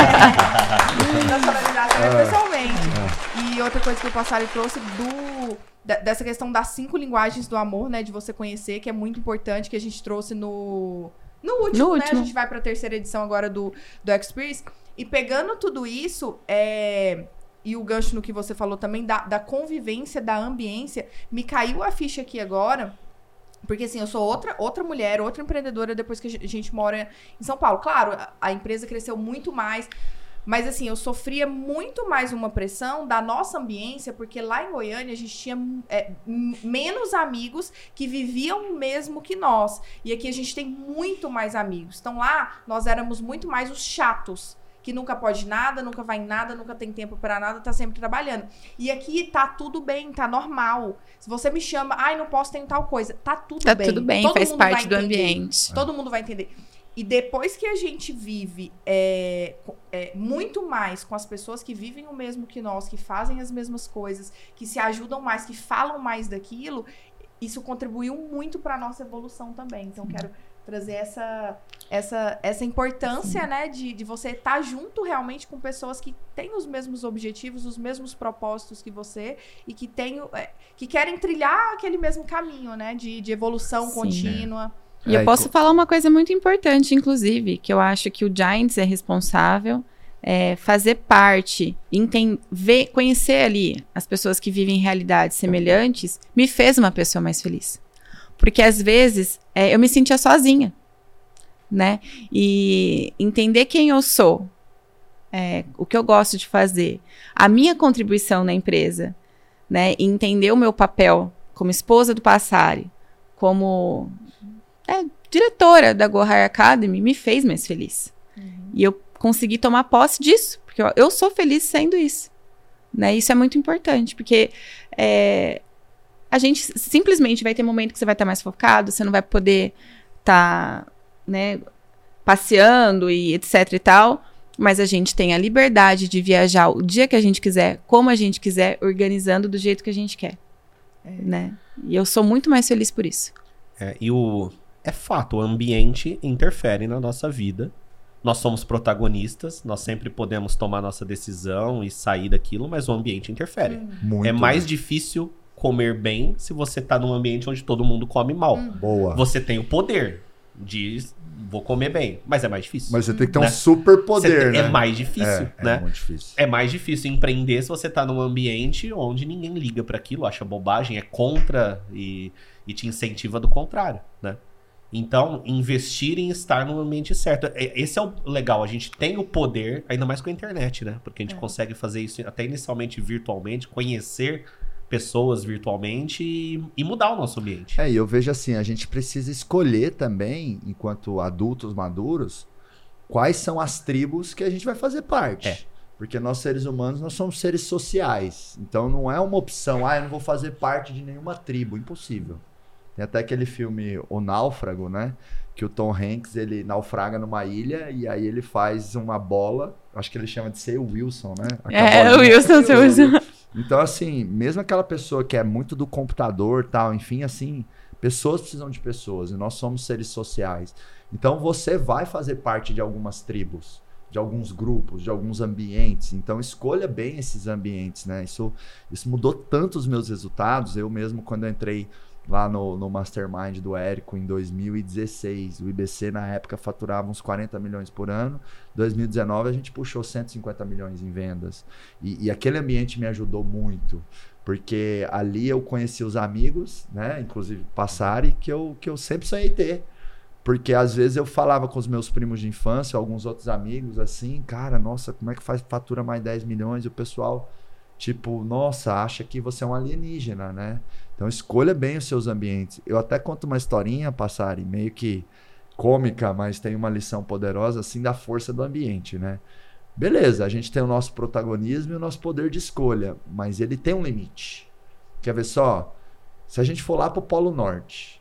É, na sonorização, é. especialmente. É. E outra coisa que o Passari trouxe do... dessa questão das cinco linguagens do amor, né, de você conhecer, que é muito importante, que a gente trouxe no... No último, no né? Último. A gente vai pra terceira edição agora do, do Experience. E pegando tudo isso, é... e o gancho no que você falou também, da, da convivência, da ambiência, me caiu a ficha aqui agora, porque assim, eu sou outra, outra mulher, outra empreendedora depois que a gente mora em São Paulo. Claro, a, a empresa cresceu muito mais, mas assim, eu sofria muito mais uma pressão da nossa ambiência, porque lá em Goiânia a gente tinha é, menos amigos que viviam o mesmo que nós. E aqui a gente tem muito mais amigos. Então lá nós éramos muito mais os chatos, que nunca pode nada, nunca vai em nada, nunca tem tempo pra nada, tá sempre trabalhando. E aqui tá tudo bem, tá normal. Se você me chama, ai, não posso ter tal coisa, tá tudo tá bem. Tá tudo bem, Todo faz mundo parte do entender. ambiente. Todo mundo vai entender. E depois que a gente vive é, é, muito mais com as pessoas que vivem o mesmo que nós, que fazem as mesmas coisas, que se ajudam mais, que falam mais daquilo, isso contribuiu muito para a nossa evolução também. Então, quero trazer essa, essa, essa importância, né, de, de você estar junto realmente com pessoas que têm os mesmos objetivos, os mesmos propósitos que você e que, tem, é, que querem trilhar aquele mesmo caminho, né, de, de evolução Sim. contínua. E eu posso falar uma coisa muito importante, inclusive, que eu acho que o Giants é responsável, é, fazer parte, ver, conhecer ali as pessoas que vivem realidades semelhantes, me fez uma pessoa mais feliz. Porque, às vezes, é, eu me sentia sozinha, né? E entender quem eu sou, é, o que eu gosto de fazer, a minha contribuição na empresa, né? E entender o meu papel como esposa do Passari, como... É, diretora da Go Higher Academy, me fez mais feliz. Uhum. E eu consegui tomar posse disso, porque eu, eu sou feliz sendo isso. Né? Isso é muito importante, porque é, a gente simplesmente vai ter momento que você vai estar mais focado, você não vai poder estar, né, passeando e etc e tal, mas a gente tem a liberdade de viajar o dia que a gente quiser, como a gente quiser, organizando do jeito que a gente quer. É. Né? E eu sou muito mais feliz por isso. É, e o... É fato, o ambiente interfere na nossa vida. Nós somos protagonistas, nós sempre podemos tomar nossa decisão e sair daquilo, mas o ambiente interfere. Muito é mais bem. Difícil comer bem se você tá num ambiente onde todo mundo come mal. Hum. Boa. Você tem o poder de vou comer bem, mas é mais difícil. Mas você tem que ter né? um super poder, tem, né? É mais difícil, é, né? É muito difícil. É mais difícil empreender se você tá num ambiente onde ninguém liga para aquilo, acha bobagem, é contra e, e te incentiva do contrário, né? Então, investir em estar no ambiente certo. Esse é o legal. A gente tem o poder, ainda mais com a internet, né? Porque a gente é. consegue fazer isso até inicialmente virtualmente, conhecer pessoas virtualmente e, e mudar o nosso ambiente. É, e eu vejo assim, a gente precisa escolher também, enquanto adultos maduros, quais são as tribos que a gente vai fazer parte. É. Porque nós, seres humanos, nós somos seres sociais. Então, não é uma opção, ah, eu não vou fazer parte de nenhuma tribo. Impossível. Tem até aquele filme O Náufrago, né? Que o Tom Hanks, ele naufraga numa ilha e aí ele faz uma bola, acho que ele chama de ser o Wilson, né? É, o Wilson, seu Wilson. Então, assim, mesmo aquela pessoa que é muito do computador e tal, enfim, assim, pessoas precisam de pessoas e nós somos seres sociais. Então, você vai fazer parte de algumas tribos, de alguns grupos, de alguns ambientes. Então, escolha bem esses ambientes, né? Isso, isso mudou tanto os meus resultados. Eu mesmo, quando eu entrei lá no, no Mastermind do Érico em dois mil e dezesseis. O I B C na época faturava uns quarenta milhões por ano. Em dois mil e dezenove a gente puxou cento e cinquenta milhões em vendas. E, e aquele ambiente me ajudou muito, porque ali eu conheci os amigos, né? Inclusive Passari, que eu, que eu sempre sonhei ter. Porque às vezes eu falava com os meus primos de infância, alguns outros amigos, assim, cara, nossa, como é que faz fatura mais dez milhões? E o pessoal... tipo, nossa, acha que você é um alienígena, né? Então escolha bem os seus ambientes. Eu até conto uma historinha, Passari, meio que cômica, mas tem uma lição poderosa, assim, da força do ambiente, né? Beleza, a gente tem o nosso protagonismo e o nosso poder de escolha, mas ele tem um limite. Quer ver só? Se a gente for lá pro Polo Norte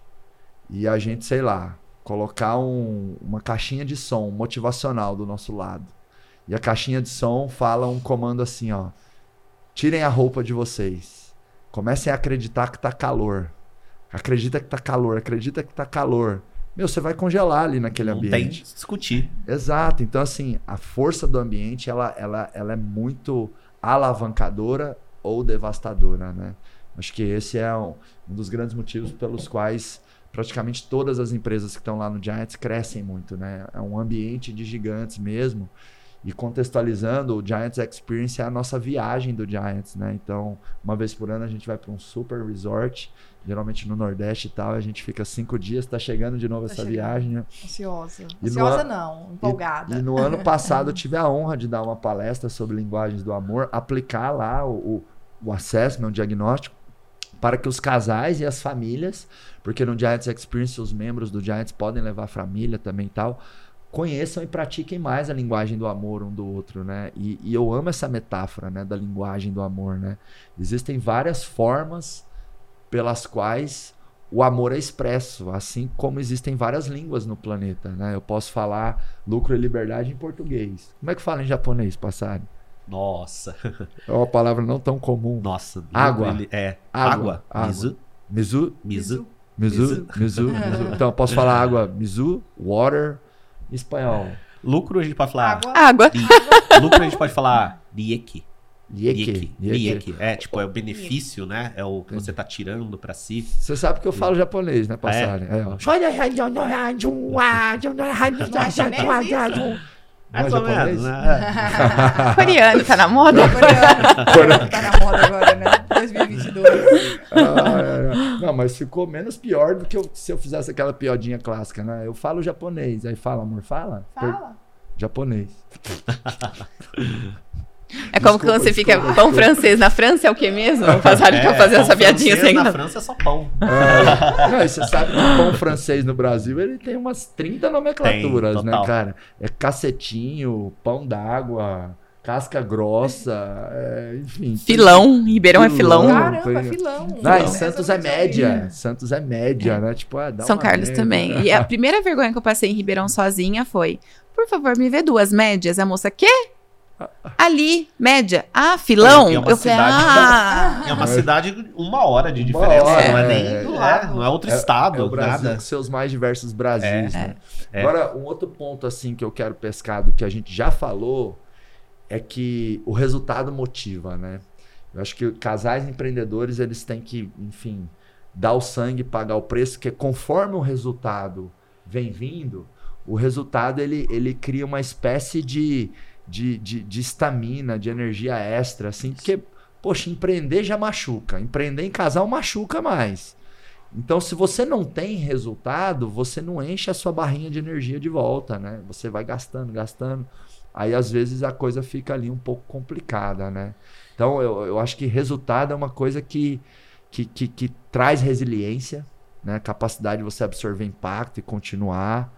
e a gente, sei lá, colocar um, uma caixinha de som motivacional do nosso lado, e a caixinha de som fala um comando assim, ó: tirem a roupa de vocês, comecem a acreditar que tá calor, acredita que tá calor, acredita que tá calor. Meu, você vai congelar ali naquele Não ambiente. tem que discutir. Exato. Então, assim, a força do ambiente, ela, ela, ela é muito alavancadora ou devastadora, né? Acho que esse é um, um dos grandes motivos pelos quais praticamente todas as empresas que estão lá no Giants crescem muito, né? É um ambiente de gigantes mesmo. E contextualizando, o Giants Experience é a nossa viagem do Giants, né? Então, uma vez por ano a gente vai para um super resort, geralmente no Nordeste e tal, a gente fica cinco dias, tá chegando de novo Tá essa chegando. viagem, né? Ansiosa. E Ansiosa no- não, empolgada. E, e no ano passado eu tive a honra de dar uma palestra sobre linguagens do amor, aplicar lá o, o, o assessment, o diagnóstico, para que os casais e as famílias, porque no Giants Experience os membros do Giants podem levar a família também e tal, conheçam e pratiquem mais a linguagem do amor um do outro, né? E, e eu amo essa metáfora, né, da linguagem do amor, né? Existem várias formas pelas quais o amor é expresso, assim como existem várias línguas no planeta, né? Eu posso falar lucro e liberdade em português. Como é que fala em japonês, Passari? Nossa. É uma palavra não tão comum. Nossa. Água. Ele, é. Água. Água. Água. Mizu. Mizu, Mizu. mizu, Mizu. mizu, mizu. Então eu posso falar água, mizu, water, em espanhol. Lucro a gente pode falar. Água. Água. Ri- Lucro a gente pode falar rieki. Lieke. Rieki. Rieki. É, tipo, é o benefício, né? É o que você tá tirando pra si. Você sabe que eu falo japonês, né, Passari? É, ó. Não é chinês isso? Não é Mais ou japonês? menos, né? Coreano, tá na moda? Coreano. Tá na moda agora, né? dois mil e vinte e dois. Ah, é, é. Não, mas ficou menos pior do que eu- se eu fizesse aquela piadinha clássica, né? Eu falo japonês, aí fala, amor, fala? Per- Fala. Japonês. É como Desculpa, quando você fica desculpa, pão desculpa. francês na França, é o que mesmo? O Passari fica fazendo pão essa piadinha francês assim. Na França é só pão. É. Não, e você sabe que o pão francês no Brasil ele tem umas trinta nomenclaturas, Tem, né, total. cara? É cacetinho, pão d'água, casca grossa, é, enfim. Filão, Ribeirão é filão. Filão. Caramba, filão. Ah, e Filão. Santos é média. Santos é média, né? Tipo, ah, dá São uma Carlos média. também. E a primeira vergonha que eu passei em Ribeirão sozinha foi: por favor, me vê duas médias. A moça, quê? Ali, média. Ah, filão? É uma Eu falei, cidade- ah. É uma cidade uma hora de Uma diferença. hora, não é é, nem do é. lado, não é outro É- estado, é o Brasil nada. com seus mais diversos Brasis, É, né? é. Agora, um outro ponto assim que eu quero pescar do que a gente já falou é que o resultado motiva, né? Eu acho que casais empreendedores, eles têm que, enfim, dar o sangue, pagar o preço, porque conforme o resultado vem vindo, o resultado ele, ele cria uma espécie de de de de estamina, de energia extra, assim, porque, poxa, empreender já machuca, empreender em casal machuca mais. Então, se você não tem resultado, você não enche a sua barrinha de energia de volta, né? Você vai gastando, gastando. Aí, às vezes, a coisa fica ali um pouco complicada, né? Então, eu, eu acho que resultado é uma coisa que, que, que, que traz resiliência, né? Capacidade de você absorver impacto e continuar.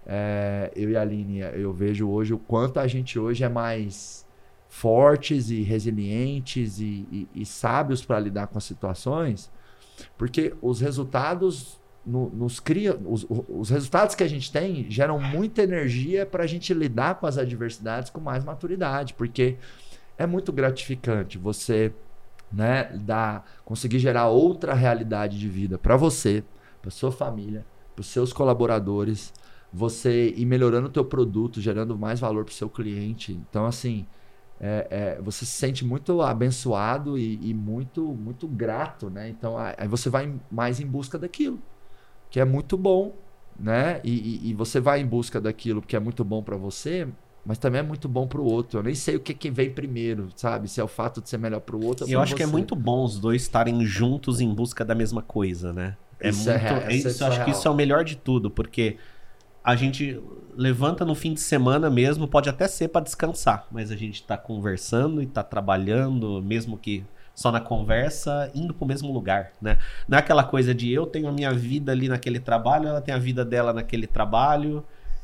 É, eu e a Aline, eu vejo hoje o quanto a gente hoje é mais fortes e resilientes e, e, e sábios para lidar com as situações, porque os resultados no, nos criam, os, os resultados que a gente tem geram muita energia para a gente lidar com as adversidades com mais maturidade, porque é muito gratificante você, né, dar, conseguir gerar outra realidade de vida para você, para sua família, para os seus colaboradores, você ir melhorando o teu produto, gerando mais valor para o seu cliente. Então, assim, é, é, você se sente muito abençoado e, e muito, muito grato, né? Então, aí você vai mais em busca daquilo, que é muito bom, né? E, e, e você vai em busca daquilo que é muito bom para você, mas também é muito bom para o outro. Eu nem sei o que, que vem primeiro, sabe? Se é o fato de ser melhor para o outro ou Eu pra acho que é você. muito bom os dois estarem juntos em busca da mesma coisa, né? É Isso é muito, real, é isso é isso, eu acho real. que isso é o melhor de tudo, porque a gente levanta no fim de semana mesmo, pode até ser para descansar, mas a gente tá conversando e tá trabalhando, mesmo que só na conversa, indo pro mesmo lugar, né? Não é aquela coisa de eu tenho a minha vida ali naquele trabalho, ela tem a vida dela naquele trabalho,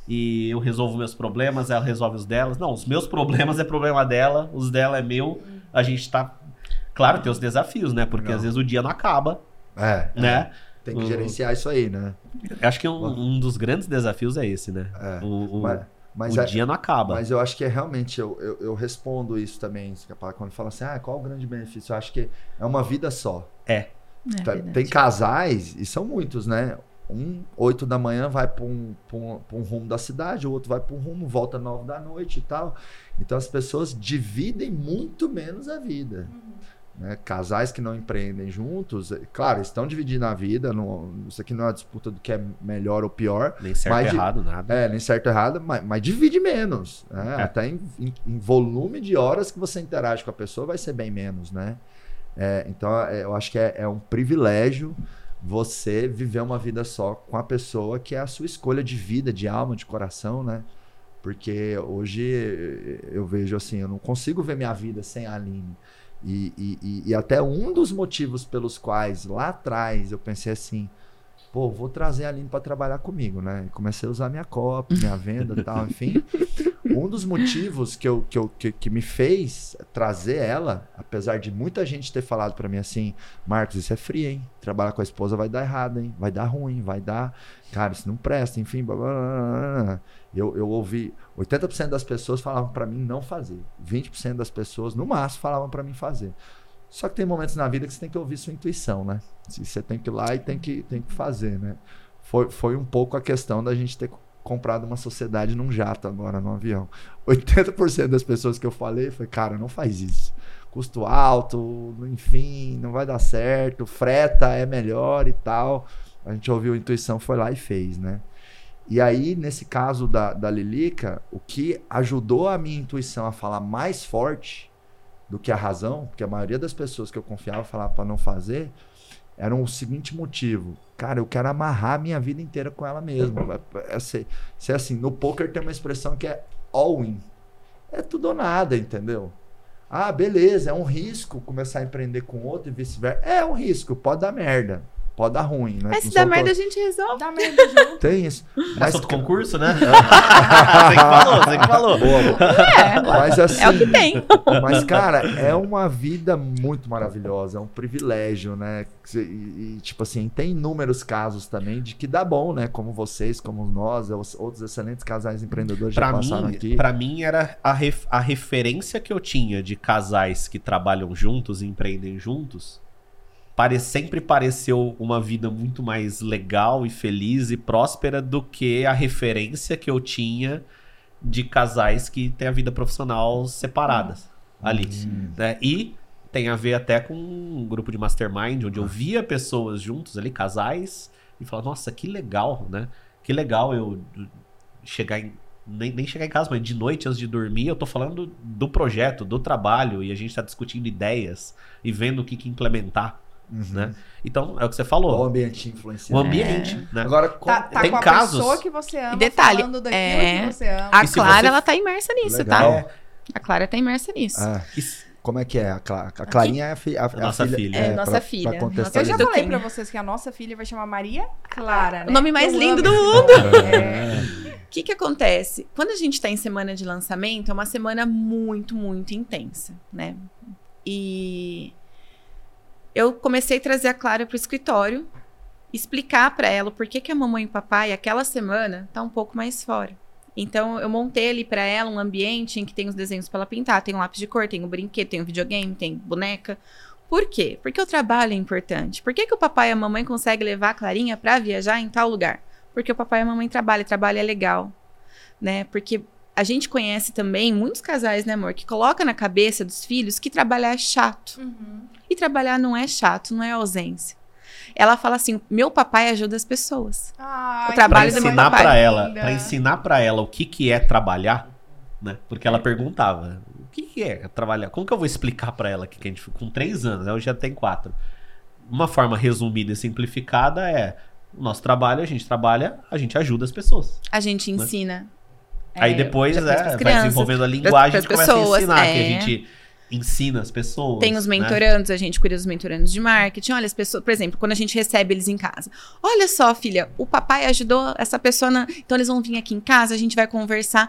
e eu resolvo meus problemas, ela resolve os delas. Não, os meus problemas é problema dela, os dela é meu. A gente tá... Claro, tem os desafios, né? Porque não. às vezes o dia não acaba, é, né? Tem que gerenciar isso aí, né? Acho que um, um dos grandes desafios é esse, né? É, o o, mas, mas o é, dia não acaba. Mas eu acho que é realmente, eu, eu, eu respondo isso também, quando fala assim, ah, qual o grande benefício? Eu acho que é uma vida só. É. é tem casais, e são muitos, né? Um, oito da manhã vai para um, um, um rumo da cidade, o outro vai para um rumo, volta nove da noite e tal. Então as pessoas dividem muito menos a vida. Uhum. Né? Casais que não empreendem juntos, claro, estão dividindo a vida. Não, isso aqui não é uma disputa do que é melhor ou pior. Nem certo ou errado, nada. É, nem certo ou errado, mas, mas divide menos. Né? É. Até em, em, em volume de horas que você interage com a pessoa vai ser bem menos, né? É, então é, eu acho que é, é um privilégio você viver uma vida só com a pessoa que é a sua escolha de vida, de alma, de coração, né? Porque hoje eu vejo assim, eu não consigo ver minha vida sem a Aline. E, e, e até um dos motivos pelos quais lá atrás eu pensei assim, pô, vou trazer a Aline para trabalhar comigo, né? Comecei a usar minha copy, minha venda e tal, enfim. Um dos motivos que, eu, que, eu, que, que me fez trazer ela, apesar de muita gente ter falado para mim assim, Marcos, isso é frio, hein? Trabalhar com a esposa vai dar errado, hein? Vai dar ruim, vai dar... Cara, isso não presta, enfim. Blá, blá, blá. Eu, eu ouvi... oitenta por cento das pessoas falavam para mim não fazer. vinte por cento das pessoas, no máximo, falavam para mim fazer. Só que tem momentos na vida que você tem que ouvir sua intuição, né? Você tem que ir lá e tem que, tem que fazer, né? Foi, foi um pouco a questão da gente ter comprado uma sociedade num jato agora, num avião. oitenta por cento das pessoas que eu falei, foi, cara, não faz isso. Custo alto, enfim, não vai dar certo, freta é melhor e tal. A gente ouviu a intuição, foi lá e fez, né? E aí, nesse caso da, da Lilica, o que ajudou a minha intuição a falar mais forte do que a razão, porque a maioria das pessoas que eu confiava falava para não fazer, era o seguinte motivo. Cara, eu quero amarrar a minha vida inteira com ela mesma. É ser, ser assim, no poker tem uma expressão que é all-in. É tudo ou nada, entendeu? Ah, beleza, é um risco começar a empreender com outro e vice-versa. É um risco, pode dar merda. Pode dar ruim, né? Mas se dá merda, a gente resolve. Dá merda junto. Tem isso. Mas outro concurso, né? Você que falou, você que falou. Boa, é, mas, assim, é o que tem. Mas, cara, é uma vida muito maravilhosa. É um privilégio, né? E, e, tipo assim, tem inúmeros casos também de que dá bom, né? Como vocês, como nós, outros excelentes casais empreendedores pra já passaram mim, aqui. Pra mim, era a, ref, a referência que eu tinha de casais que trabalham juntos e empreendem juntos. Pare, sempre pareceu uma vida muito mais legal e feliz e próspera do que a referência que eu tinha de casais que têm a vida profissional separadas hum. ali. Hum. Né? E tem a ver até com um grupo de mastermind, onde eu via pessoas juntos ali, casais, e falava, nossa, que legal, né? Que legal eu chegar em... Nem, nem chegar em casa, mas de noite, antes de dormir, eu tô falando do, do projeto, do trabalho, e a gente tá discutindo ideias e vendo o que, que implementar. Uhum. Né? Então, é o que você falou. O ambiente influencia. O ambiente, é. né? Agora, tá, tá tem com a casos... pessoa que você ama, e detalhe, falando daquilo é... que você ama. A Clara, você... ela tá imersa nisso, Legal. tá? A Clara tá imersa nisso. Ah, como é que é? A, Cla... a Clarinha é a, fi... a, a nossa filha. filha. É, É, nossa pra, filha. Pra contextualizar. Eu já falei pra vocês que a nossa filha vai chamar Maria Clara, né? O nome mais eu lindo do amo. mundo. É. O que que acontece? Quando a gente tá em semana de lançamento, é uma semana muito, muito intensa, né? E... eu comecei a trazer a Clara pro escritório, explicar para ela o porquê que a mamãe e o papai, aquela semana, tá um pouco mais fora. Então, eu montei ali para ela um ambiente em que tem os desenhos para ela pintar, tem um lápis de cor, tem um brinquedo, tem um videogame, tem boneca. Por quê? Porque o trabalho é importante. Por que que o papai e a mamãe conseguem levar a Clarinha para viajar em tal lugar? Porque o papai e a mamãe trabalham, e trabalho é legal, né? Porque a gente conhece também muitos casais, né, amor, que colocam na cabeça dos filhos que trabalhar é chato. Uhum. E trabalhar não é chato, não é ausência. Ela fala assim, meu papai ajuda as pessoas. Ai, o trabalho pra do meu ensinar papai. pra ela, Linda. pra ensinar pra ela o que que é trabalhar, né? Porque ela perguntava, o que que é trabalhar? Como que eu vou explicar pra ela que, que a gente com três anos, ela já tem quatro. Uma forma resumida e simplificada é, O nosso trabalho, a gente trabalha, a gente ajuda as pessoas. A gente ensina. Aí é, depois, já é, fez pras vai crianças, desenvolvendo a linguagem, pras a gente começa pessoas, a ensinar, é. que a gente ensina as pessoas. Tem os né? mentorandos, a gente cuida dos mentorandos de marketing. Olha, as pessoas, por exemplo, quando a gente recebe eles em casa. Olha só, filha, o papai ajudou essa pessoa, na... então eles vão vir aqui em casa, a gente vai conversar.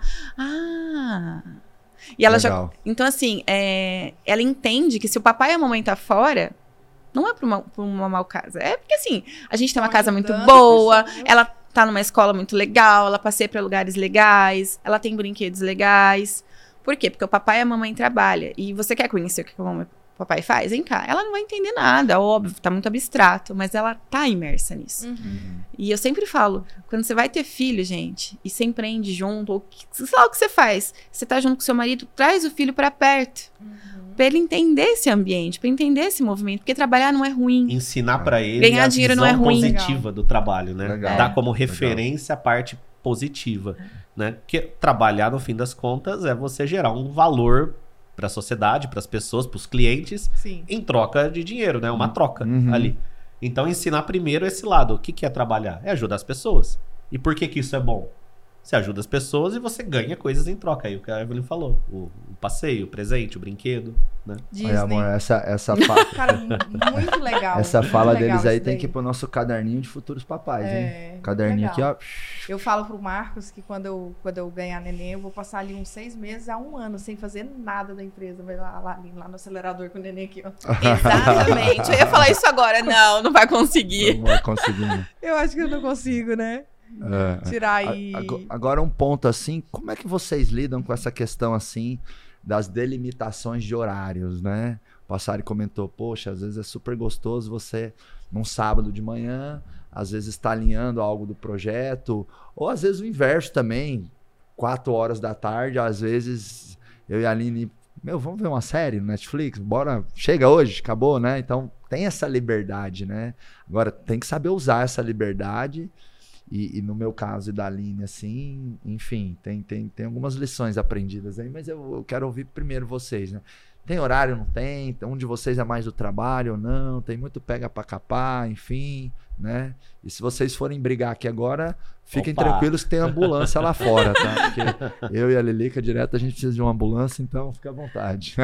Ah... E ela Legal. já. Então, assim, é, ela entende que se o papai e a mamãe tá fora, não é por uma, por uma mau casa. É porque, assim, a gente tem uma Tão casa muito ajudando boa, pessoas. ela tá numa escola muito legal, ela passeia pra lugares legais, ela tem brinquedos legais. Por quê? Porque o papai e a mamãe trabalham. E você quer conhecer o que a mamãe e o papai faz? Vem cá. Ela não vai entender nada, óbvio, tá muito abstrato, mas ela tá imersa nisso. Uhum. E eu sempre falo, quando você vai ter filho, gente, e você empreende junto, ou que, sei lá o que você faz, você tá junto com seu marido, traz o filho pra perto. Uhum. Pra ele entender esse ambiente, pra entender esse movimento, porque trabalhar não é ruim. Ensinar pra ele Ganhar a dinheiro visão não é ruim. positiva do trabalho, né? Legal. Dar como referência a parte positiva, né? Porque trabalhar, no fim das contas, é você gerar um valor para a sociedade, para as pessoas, para os clientes, Sim. em troca de dinheiro, né? Uma troca Uhum. ali. Então, ensinar primeiro esse lado. O que, que é trabalhar? É ajudar as pessoas. E por que que isso é bom? Você ajuda as pessoas e você ganha coisas em troca. Aí o que a Evelyn falou. O, o passeio, o presente, o brinquedo, né? Disney. Olha, amor, essa, essa, fa- Cara, mu- muito legal. essa muito fala legal deles aí isso tem daí. que ir pro nosso caderninho de futuros papais, É, hein? Caderninho legal. aqui, ó. Eu falo pro Marcos que quando eu, quando eu ganhar neném, eu vou passar ali uns seis meses a um ano sem fazer nada da empresa. Vai lá, lá, lá no acelerador com o neném aqui, ó. Exatamente. Eu ia falar isso agora. Não, não vai conseguir. Não vai conseguir, né? Eu acho que eu não consigo, né? É. Tirar aí. A- ago- Agora um ponto assim, como é que vocês lidam com essa questão assim das delimitações de horários, né? O Passari comentou, poxa, às vezes é super gostoso você num sábado de manhã, às vezes está alinhando algo do projeto, ou às vezes o inverso também, quatro horas da tarde, às vezes eu e a Aline, meu, vamos ver uma série no Netflix? Bora, chega hoje, acabou, né? Então tem essa liberdade, né? Agora tem que saber usar essa liberdade. E, e no meu caso e da Aline, assim, enfim, tem, tem, tem algumas lições aprendidas aí, mas eu, eu quero ouvir primeiro vocês, né? Tem horário, não tem? Um de vocês é mais do trabalho ou não? Tem muito pega pra capar, enfim, né? E se vocês forem brigar aqui agora, fiquem Opa. tranquilos que tem ambulância lá fora, tá? Porque eu e a Lilica, direto, a gente precisa de uma ambulância, então fica à vontade.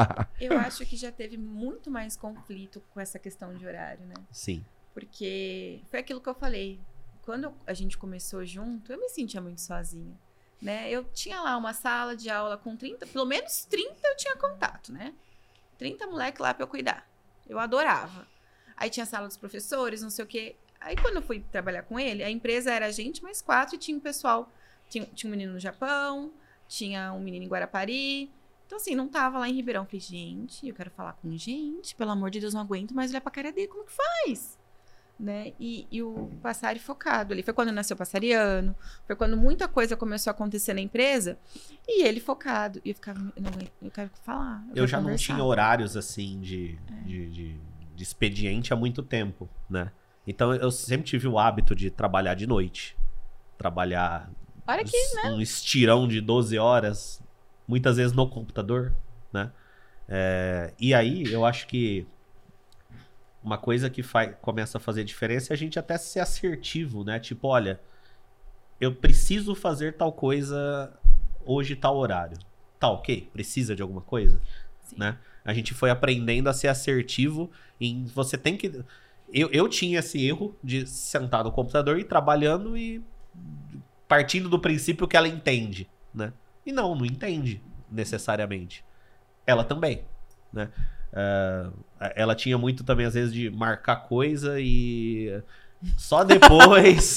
Eu acho que já teve muito mais conflito com essa questão de horário, né? Sim. Porque foi aquilo que eu falei. Quando a gente começou junto, eu me sentia muito sozinha, né? Eu tinha lá uma sala de aula com trinta, pelo menos trinta eu tinha contato, né? trinta moleques lá pra eu cuidar. Eu adorava. Aí tinha a sala dos professores, não sei o quê. Aí quando eu fui trabalhar com ele, a empresa era a gente mais quatro e tinha um pessoal. Tinha, tinha um menino no Japão, tinha um menino em Guarapari. Então, assim, não tava lá em Ribeirão. Eu falei, gente, eu quero falar com gente, pelo amor de Deus, não aguento mais olhar pra cara dele, como que faz? Né? E, e o Passari focado ali. Foi quando nasceu o Passariano, foi quando muita coisa começou a acontecer na empresa, e ele focado. E eu ficava, eu, não, eu quero falar. Eu, Eu quero já não conversar. tinha horários, assim, de, de, de, de expediente há muito tempo, né? Então, eu sempre tive o hábito de trabalhar de noite. Trabalhar Olha que, né? um estirão de doze horas, muitas vezes no computador, né? É, e aí, eu acho que uma coisa que faz, começa a fazer diferença é a gente até ser assertivo, né? Tipo, olha, eu preciso fazer tal coisa hoje, tal horário. Tá ok? Precisa de alguma coisa? Sim. Né? A gente foi aprendendo a ser assertivo em você tem que... Eu, eu tinha esse erro de sentar no computador e ir trabalhando e partindo do princípio que ela entende, né? E não, não entende necessariamente. Ela também, né? Uh, ela tinha muito também, às vezes, de marcar coisa e só depois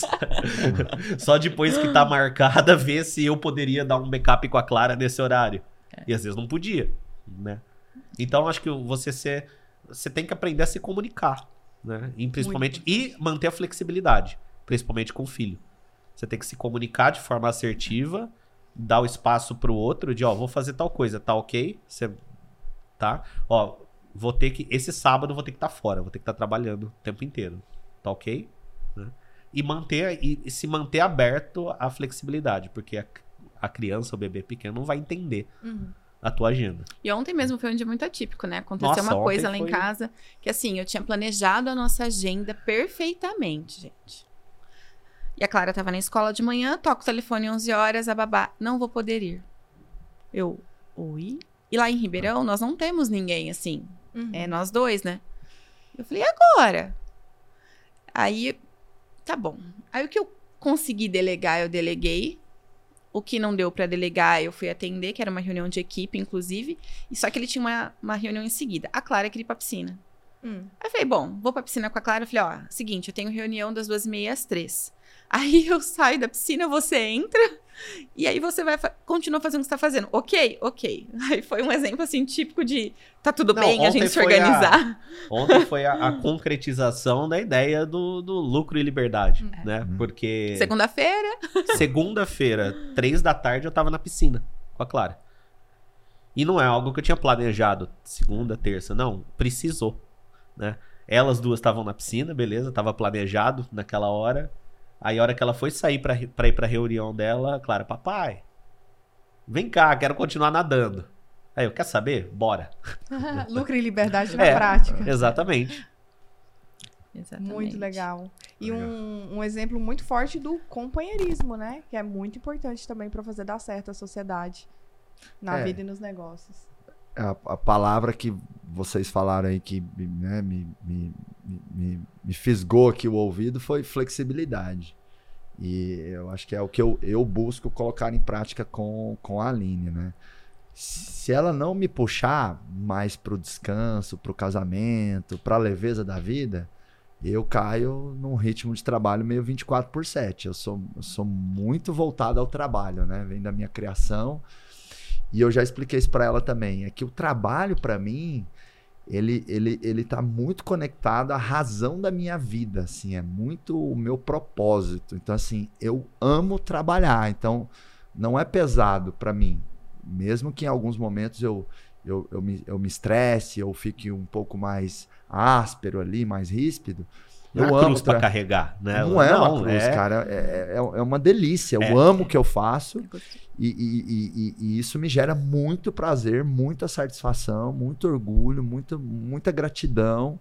só depois que tá marcada ver se eu poderia dar um backup com a Clara nesse horário. É. E às vezes não podia, né? Então acho que você ser, você tem que aprender a se comunicar, né? E principalmente e manter a flexibilidade, principalmente com o filho. Você tem que se comunicar de forma assertiva, dar o espaço pro outro de, ó, vou fazer tal coisa, tá ok? Você tá? Ó, vou ter que... Esse sábado eu vou ter que estar fora, vou ter que estar trabalhando o tempo inteiro. Tá ok? Né? E, manter, e, e se manter aberto à flexibilidade, porque a, a criança, o bebê pequeno, não vai entender Uhum. a tua agenda. E ontem mesmo foi um dia muito atípico, né? Aconteceu Nossa, uma coisa lá ontem em foi- casa que, assim, eu tinha planejado a nossa agenda perfeitamente, gente. E a Clara tava na escola de manhã, toca o telefone onze horas, a babá, não vou poder ir. Eu, oi? E lá em Ribeirão, nós não temos ninguém assim. Uhum. É nós dois, né? Eu falei, e agora? Aí, tá bom. Aí o que eu consegui delegar, eu deleguei. O que não deu pra delegar, eu fui atender, que era uma reunião de equipe, inclusive. E só que ele tinha uma, uma reunião em seguida. A Clara queria ir pra piscina. Hum. Aí eu falei, bom, vou pra piscina com a Clara. Eu falei, ó, seguinte, eu tenho reunião das duas e meia às três. Aí eu saio da piscina, você entra, e aí você vai, fa continua fazendo o que você tá fazendo. Ok? Ok. Aí foi um exemplo, assim, típico de, tá tudo Não, bem, a gente se foi organizar. A, ontem foi a, a concretização da ideia do, do lucro e liberdade, É. né? Porque Segunda-feira. segunda-feira, três da tarde, eu tava na piscina com a Clara. E não é algo que eu tinha planejado, segunda, terça, não, precisou, né? Elas duas estavam na piscina, beleza, tava planejado naquela hora. Aí a hora que ela foi sair pra, pra ir pra reunião dela, Clara, papai, vem cá, quero continuar nadando. Aí eu, quer saber? Bora. Lucro e liberdade na É, prática. Exatamente. Exatamente. Muito legal. E Legal. um, um exemplo muito forte do companheirismo, né? Que é muito importante também para fazer dar certo a sociedade na É. vida e nos negócios. A, a palavra que vocês falaram aí que né, me, me, me, me fisgou aqui o ouvido foi flexibilidade. E eu acho que é o que eu, eu busco colocar em prática com, com a Aline, né? Se ela não me puxar mais pro descanso, pro casamento, pra leveza da vida, eu caio num ritmo de trabalho meio vinte e quatro por sete. Eu sou, eu sou muito voltado ao trabalho, né? Vem da minha criação. E eu já expliquei isso para ela também, é que o trabalho para mim, ele, ele, ele tá muito conectado à razão da minha vida, assim, é muito o meu propósito. Então, assim, eu amo trabalhar, então não é pesado para mim, mesmo que em alguns momentos eu, eu, eu, me, eu me estresse, eu fique um pouco mais áspero ali, mais ríspido. Não é Eu uma amo cruz pra tra- carregar, né? Não é uma Não, cruz, é- cara, é, é, é uma delícia, eu É. amo o que eu faço. É gostoso. E, e- e- e- e isso me gera muito prazer, muita satisfação, muito orgulho, muita, muita gratidão.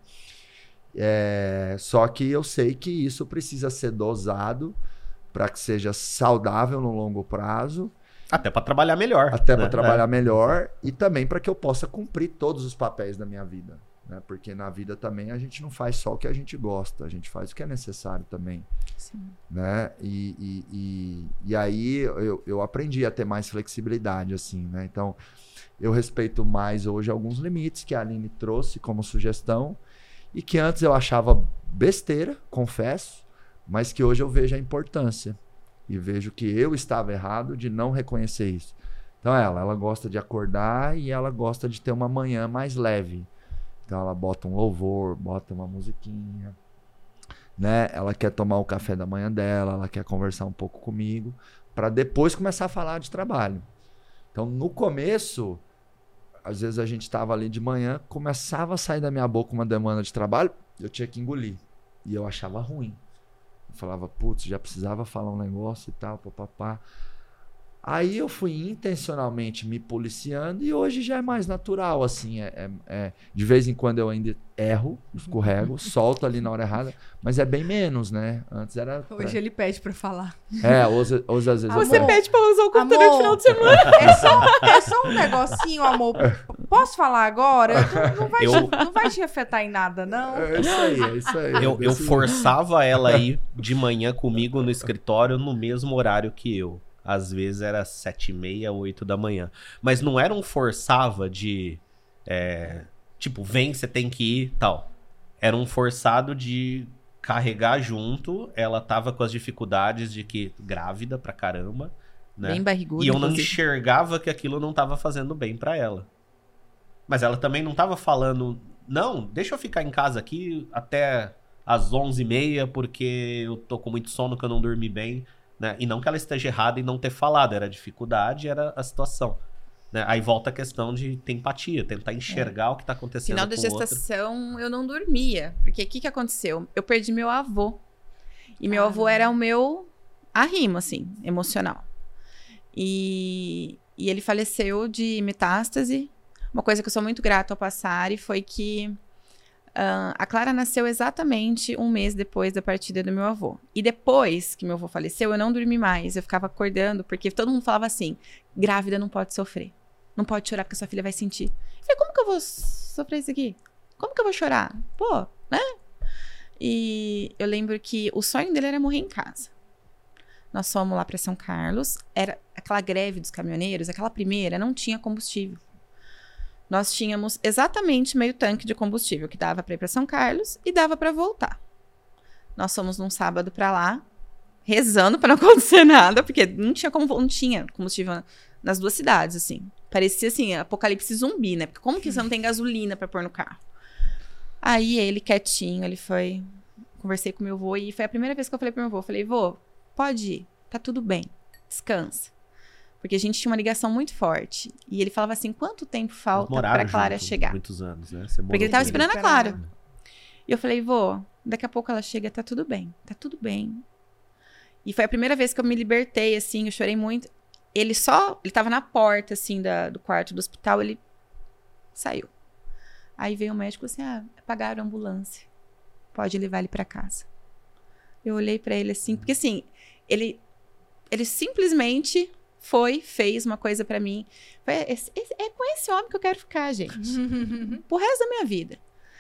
É, só que eu sei que isso precisa ser dosado para que seja saudável no longo prazo, Até pra trabalhar melhor. até né? para trabalhar melhor e também para que eu possa cumprir todos os papéis da minha vida. Né? Porque na vida também a gente não faz só o que a gente gosta, a gente faz o que é necessário também. Sim. Né? E, e, e, e aí eu, eu aprendi a ter mais flexibilidade, assim, né? Então, eu respeito mais hoje alguns limites que a Aline trouxe como sugestão e que antes eu achava besteira, confesso, mas que hoje eu vejo a importância e vejo que eu estava errado de não reconhecer isso. Então, ela, ela gosta de acordar e ela gosta de ter uma manhã mais leve. Então, ela bota um louvor, bota uma musiquinha, né? Ela quer tomar o café da manhã dela, ela quer conversar um pouco comigo, para depois começar a falar de trabalho. Então, no começo, às vezes a gente estava ali de manhã, começava a sair da minha boca uma demanda de trabalho, eu tinha que engolir. E eu achava ruim. Eu falava, putz, já precisava falar um negócio e tal, papapá. Aí eu fui intencionalmente me policiando e hoje já é mais natural, assim, é, é- é- de vez em quando eu ainda erro, escorrego, solto ali na hora errada, mas é bem menos, né? Antes era... pra- Hoje ele pede pra falar. É, hoje, hoje às vezes... Você eu... pede pra usar o computador no final de semana. É só, é só um negocinho, amor. Posso falar agora? Não, não vai, Eu- te, não vai te afetar em nada, não. É isso aí, é isso aí. Eu, eu Desse- forçava ela a ir de manhã comigo no escritório no mesmo horário que eu. Às vezes era sete e meia, oito da manhã. Mas não era um forçava de... é, tipo, vem, você tem que ir, tal. Era um forçado de carregar junto. Ela tava com as dificuldades de que... Grávida pra caramba, né? Bem barrigudo, E eu não inclusive. enxergava que aquilo não tava fazendo bem pra ela. Mas ela também não tava falando... Não, deixa eu ficar em casa aqui até às onze e meia, porque eu tô com muito sono, que eu não dormi bem. Né? E não que ela esteja errada em não ter falado, era a dificuldade, era a situação. Né? Aí volta a questão de ter empatia, tentar enxergar o que tá No acontecendo final da com o outro. gestação, eu não dormia. Porque o que, que aconteceu? Eu perdi meu avô. E meu avô Caramba. era o meu arrimo, assim, emocional. E, e ele faleceu de metástase. Uma coisa que eu sou muito grata ao passar e foi que Uh, a Clara nasceu exatamente um mês depois da partida do meu avô. E depois que meu avô faleceu, eu não dormi mais. Eu ficava acordando, porque todo mundo falava assim, grávida não pode sofrer. Não pode chorar porque sua filha vai sentir. Eu falei, como que eu vou sofrer isso aqui? Como que eu vou chorar? Pô, né? E eu lembro que o sonho dele era morrer em casa. Nós fomos lá para São Carlos. Era aquela greve dos caminhoneiros, aquela primeira, não tinha combustível. Nós tínhamos exatamente meio tanque de combustível que dava para ir para São Carlos e dava para voltar. Nós fomos num sábado para lá, rezando para não acontecer nada, porque não tinha como, não tinha combustível nas duas cidades, assim. Parecia assim, apocalipse zumbi, né? Porque como que você não tem gasolina para pôr no carro? Aí ele quietinho, ele foi, conversei com meu avô e foi a primeira vez que eu falei pro meu avô, eu falei, vô, pode ir, tá tudo bem, descansa. Porque a gente tinha uma ligação muito forte. E ele falava assim, quanto tempo falta pra Clara junto, chegar? Muitos anos, né? Você Porque ele tava com esperando a Clara. E eu falei, vô, daqui a pouco ela chega, tá tudo bem, tá tudo bem. E foi a primeira vez que eu me libertei, assim, eu chorei muito. Ele só, ele tava na porta, assim, da, do quarto do hospital, ele saiu. Aí veio o médico assim, ah, pagaram a ambulância, pode levar ele pra casa. Eu olhei pra ele assim, porque assim, ele, ele simplesmente... foi, fez uma coisa pra mim. Foi, é, é com esse homem que eu quero ficar, gente. Pro resto da minha vida.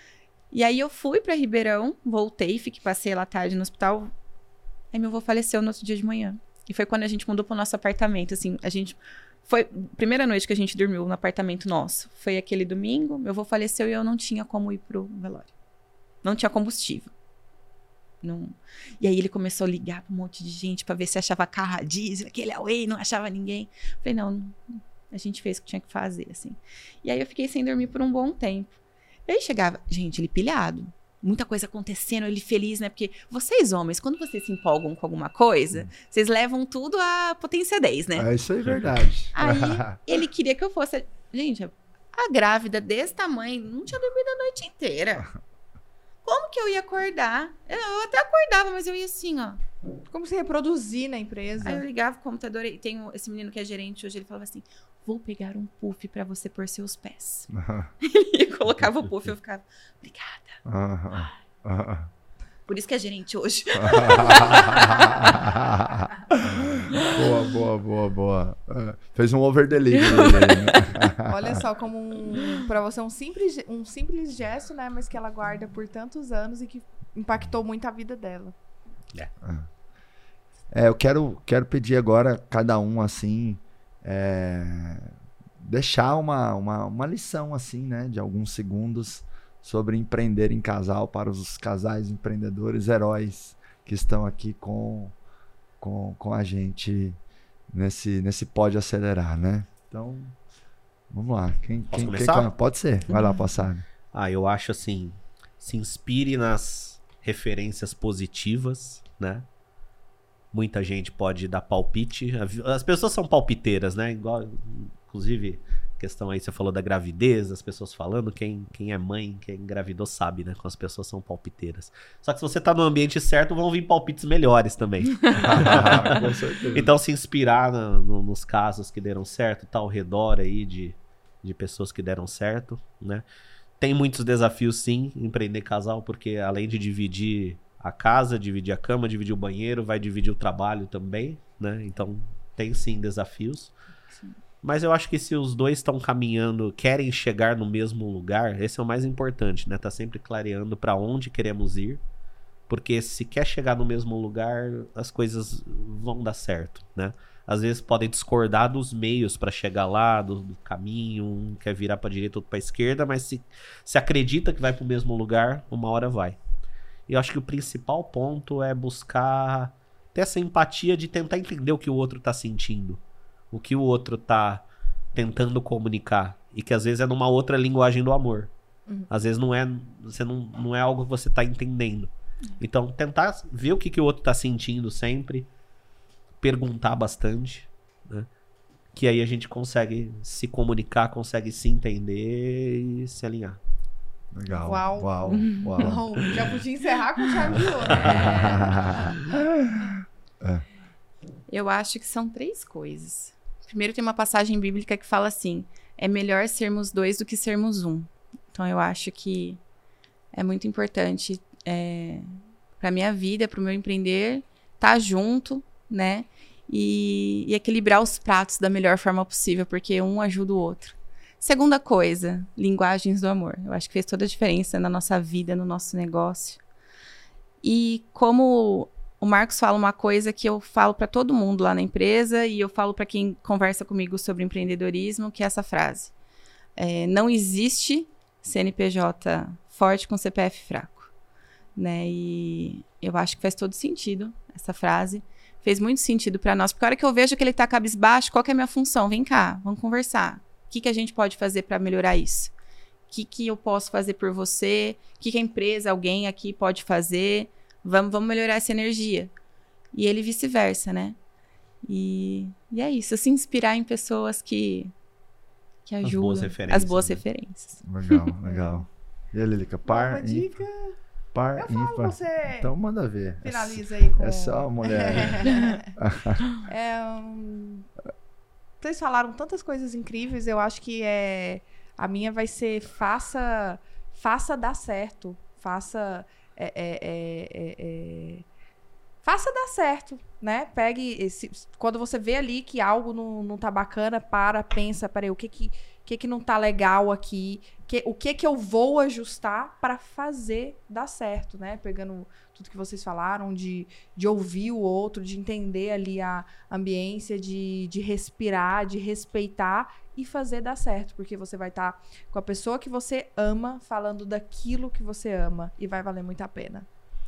E aí eu fui pra Ribeirão, voltei, fiquei, passei lá tarde no hospital. Aí meu avô faleceu no outro dia de manhã. E foi quando a gente mudou pro nosso apartamento, assim, a gente... Foi a primeira noite que a gente dormiu no apartamento nosso. Foi aquele domingo, meu avô faleceu e eu não tinha como ir pro velório. Não tinha combustível. Não. E aí ele começou a ligar para um monte de gente para ver se achava carro a diesel, aquele away, não achava ninguém. Falei, não, não, a gente fez o que tinha que fazer, assim. E aí eu fiquei sem dormir por um bom tempo. E aí chegava, gente, ele pilhado, muita coisa acontecendo, ele feliz, né? Porque vocês, homens, quando vocês se empolgam com alguma coisa, vocês levam tudo a potência dez, né? É isso aí, verdade. Aí ele queria que eu fosse... Gente, a grávida desse tamanho não tinha dormido a noite inteira. Como que eu ia acordar? Eu até acordava, mas eu ia assim, ó. Como se reproduzir na empresa. Aí eu ligava o computador e tem esse menino que é gerente hoje, ele falava assim, vou pegar um puff pra você pôr seus pés. Ele colocava o puff e eu ficava, obrigada. Por isso que é gerente hoje. Boa, boa, boa, boa. Uh, fez um over delivery. Olha só, como um, pra você um simples, um simples gesto, né? Mas que ela guarda por tantos anos e que impactou muito a vida dela. É, é eu quero, quero pedir agora cada um, assim, é, deixar uma, uma, uma lição, assim, né? De alguns segundos sobre empreender em casal para os casais empreendedores heróis que estão aqui com, com, com a gente nesse, nesse Pode Acelerar, né? Então, vamos lá. Quem, Posso quem, começar? Quem, pode ser. Vai lá, passar. Ah, eu acho assim, se inspire nas referências positivas, né? Muita gente pode dar palpite. As pessoas são palpiteiras, né? Igual, inclusive... questão aí, você falou da gravidez, as pessoas falando, quem, quem é mãe, quem engravidou sabe, né? Como as pessoas são palpiteiras. Só que se você tá no ambiente certo, vão vir palpites melhores também. Com certeza. Então, se inspirar no, no, nos casos que deram certo, tá ao redor aí de, de pessoas que deram certo, né? Tem muitos desafios, sim, empreender casal, porque além de dividir a casa, dividir a cama, dividir o banheiro, vai dividir o trabalho também, né? Então, tem sim desafios. Sim. Mas eu acho que se os dois estão caminhando, querem chegar no mesmo lugar, esse é o mais importante, né? Tá sempre clareando para onde queremos ir. Porque se quer chegar no mesmo lugar, as coisas vão dar certo, né? Às vezes podem discordar dos meios para chegar lá, do, do caminho, um quer virar para direita, outro para esquerda, mas se, se acredita que vai para o mesmo lugar, uma hora vai. E eu acho que o principal ponto é buscar ter essa empatia de tentar entender o que o outro tá sentindo. O que o outro tá tentando comunicar. E que às vezes é numa outra linguagem do amor. Uhum. Às vezes não é, você não, não é algo que você tá entendendo. Uhum. Então, tentar ver o que, que o outro tá sentindo sempre. Perguntar bastante. Né? Que aí a gente consegue se comunicar, consegue se entender e se alinhar. Legal. Uau. Uau. Uau. Uau. Já podia encerrar com chave de ouro. É. Eu acho que são três coisas. Primeiro, tem uma passagem bíblica que fala assim: é melhor sermos dois do que sermos um. Então, eu acho que é muito importante é, para minha vida, para o meu empreender, estar tá junto, né? E, e equilibrar os pratos da melhor forma possível, porque um ajuda o outro. Segunda coisa, linguagens do amor. Eu acho que fez toda a diferença na nossa vida, no nosso negócio. E como o Marcos fala uma coisa que eu falo para todo mundo lá na empresa e eu falo para quem conversa comigo sobre empreendedorismo, que é essa frase. É, não existe C N P J forte com C P F fraco. Né? E eu acho que faz todo sentido essa frase. Fez muito sentido para nós, porque a hora que eu vejo que ele tá cabisbaixo, qual que é a minha função? Vem cá, vamos conversar. O que, que a gente pode fazer para melhorar isso? O que, que eu posso fazer por você? O que, que a empresa, alguém aqui pode fazer? Vamos, vamos melhorar essa energia. E ele vice-versa, né? E, e é isso, se inspirar em pessoas que, que ajudam. As boas referências. As boas né? referências. Legal, legal. E a Lilica, par, Uma dica... Par, eu falo, ímpar. você Então manda ver. Finaliza aí com... É só a mulher. é, um... Vocês falaram tantas coisas incríveis, eu acho que é... a minha vai ser faça, faça dar certo. Faça... É, é, é, é, é... Faça dar certo, né? Pegue... Esse... Quando você vê ali que algo não, não tá bacana, para, pensa, peraí, o que que... O que que não tá legal aqui? Que, o que que eu vou ajustar para fazer dar certo, né? Pegando tudo que vocês falaram, de, de ouvir o outro, de entender ali a ambiência, de, de respirar, de respeitar e fazer dar certo. Porque você vai estar tá com a pessoa que você ama, falando daquilo que você ama. E vai valer muito a pena.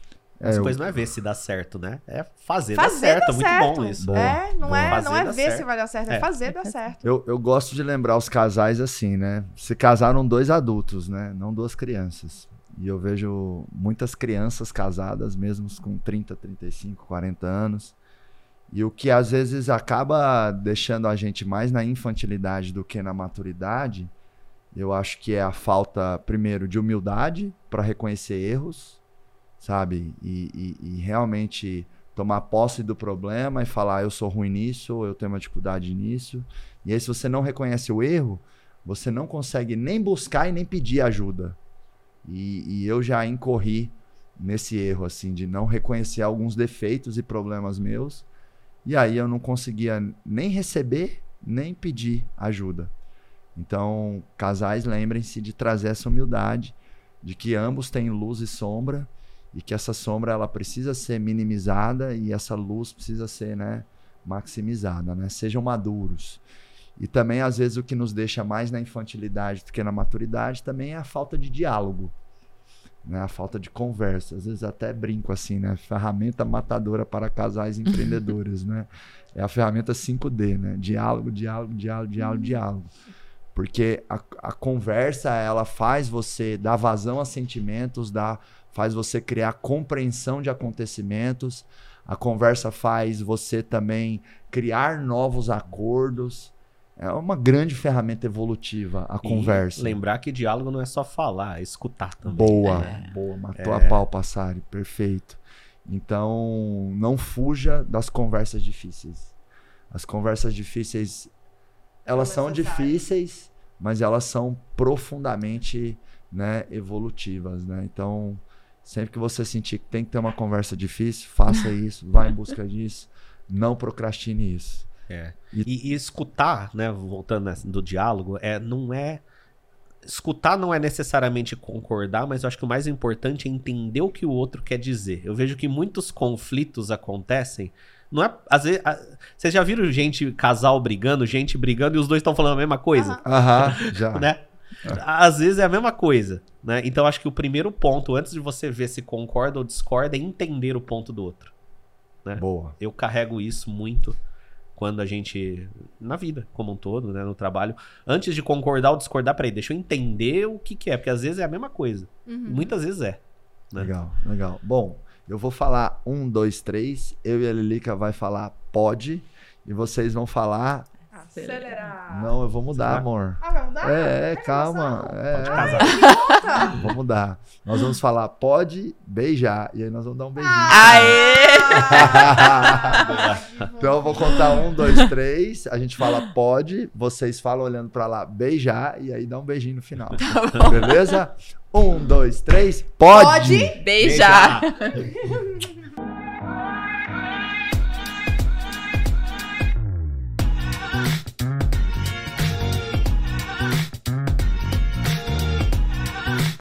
As É, coisas eu... não é ver se dá certo, né? É fazer, fazer dar certo. Dar é muito certo. bom isso. Boa, é, não boa. é, não é Fazer ver dar se certo. vai dar certo, é, É. fazer dar certo. Eu, eu gosto de lembrar os casais assim, né? Se casaram dois adultos, né? Não duas crianças. E eu vejo muitas crianças casadas, mesmo com trinta, trinta e cinco, quarenta anos. E o que às vezes acaba deixando a gente mais na infantilidade do que na maturidade, eu acho que é a falta, primeiro, de humildade para reconhecer erros, sabe? E, e, e realmente tomar posse do problema e falar, eu sou ruim nisso, eu tenho uma dificuldade nisso. E aí, se você não reconhece o erro, você não consegue nem buscar e nem pedir ajuda. E, e eu já incorri nesse erro, assim, de não reconhecer alguns defeitos e problemas meus. E aí eu não conseguia nem receber, nem pedir ajuda. Então, casais, lembrem-se de trazer essa humildade, de que ambos têm luz e sombra, e que essa sombra ela precisa ser minimizada e essa luz precisa ser, né, maximizada, né? Sejam maduros. E também, às vezes, o que nos deixa mais na infantilidade do que na maturidade também é a falta de diálogo, né? A falta de conversa. Às vezes até brinco assim, né? Ferramenta matadora para casais empreendedores, né? É a ferramenta cinco D, né? Diálogo, diálogo, diálogo, diálogo, diálogo. Porque a, a conversa, ela faz você dar vazão a sentimentos, dá, faz você criar compreensão de acontecimentos. A conversa faz você também criar novos acordos. É uma grande ferramenta evolutiva, a E conversa. lembrar que diálogo não é só falar, é escutar também. Boa, É. boa. Matou É. a pau, Passari. Perfeito. Então, não fuja das conversas difíceis. As conversas difíceis, elas São são necessárias. difíceis, mas elas são profundamente, né, evolutivas, né? Então, sempre que você sentir que tem que ter uma conversa difícil, faça isso, vá em busca disso, não procrastine isso. É. E- E, e escutar, né, voltando nessa- do diálogo, é, não é... Escutar não é necessariamente concordar, mas eu acho que o mais importante é entender o que o outro quer dizer. Eu vejo que muitos conflitos acontecem. Não é, às vezes, a- vocês já viram gente, casal brigando, gente brigando e os dois estão falando a mesma coisa? Aham. Aham, já. Né? Às vezes é a mesma coisa, né? Então acho que o primeiro ponto, antes de você ver se concorda ou discorda, é entender o ponto do outro. Né? Boa. Eu carrego isso muito quando a gente, na vida como um todo, né, no trabalho, antes de concordar ou discordar, peraí, deixa eu entender o que que é, porque às vezes é a mesma coisa. Uhum. Muitas vezes é. Né? Legal, legal. Bom, eu vou falar um, dois, três. Eu e a Lilica vai falar pode. E vocês vão falar... Acelerar. Não, eu vou mudar, Será? amor. Ah, vai mudar? É, é, calma. É, Pode casar. é. Vamos dar. Nós vamos falar pode beijar. E aí nós vamos dar um beijinho. Aê! Então eu vou contar um, dois, três. A gente fala pode. Vocês falam olhando pra lá beijar. E aí dá um beijinho no final. Tá bom. Beleza? Um, dois, três. Pode! Pode Beijar. Beijar.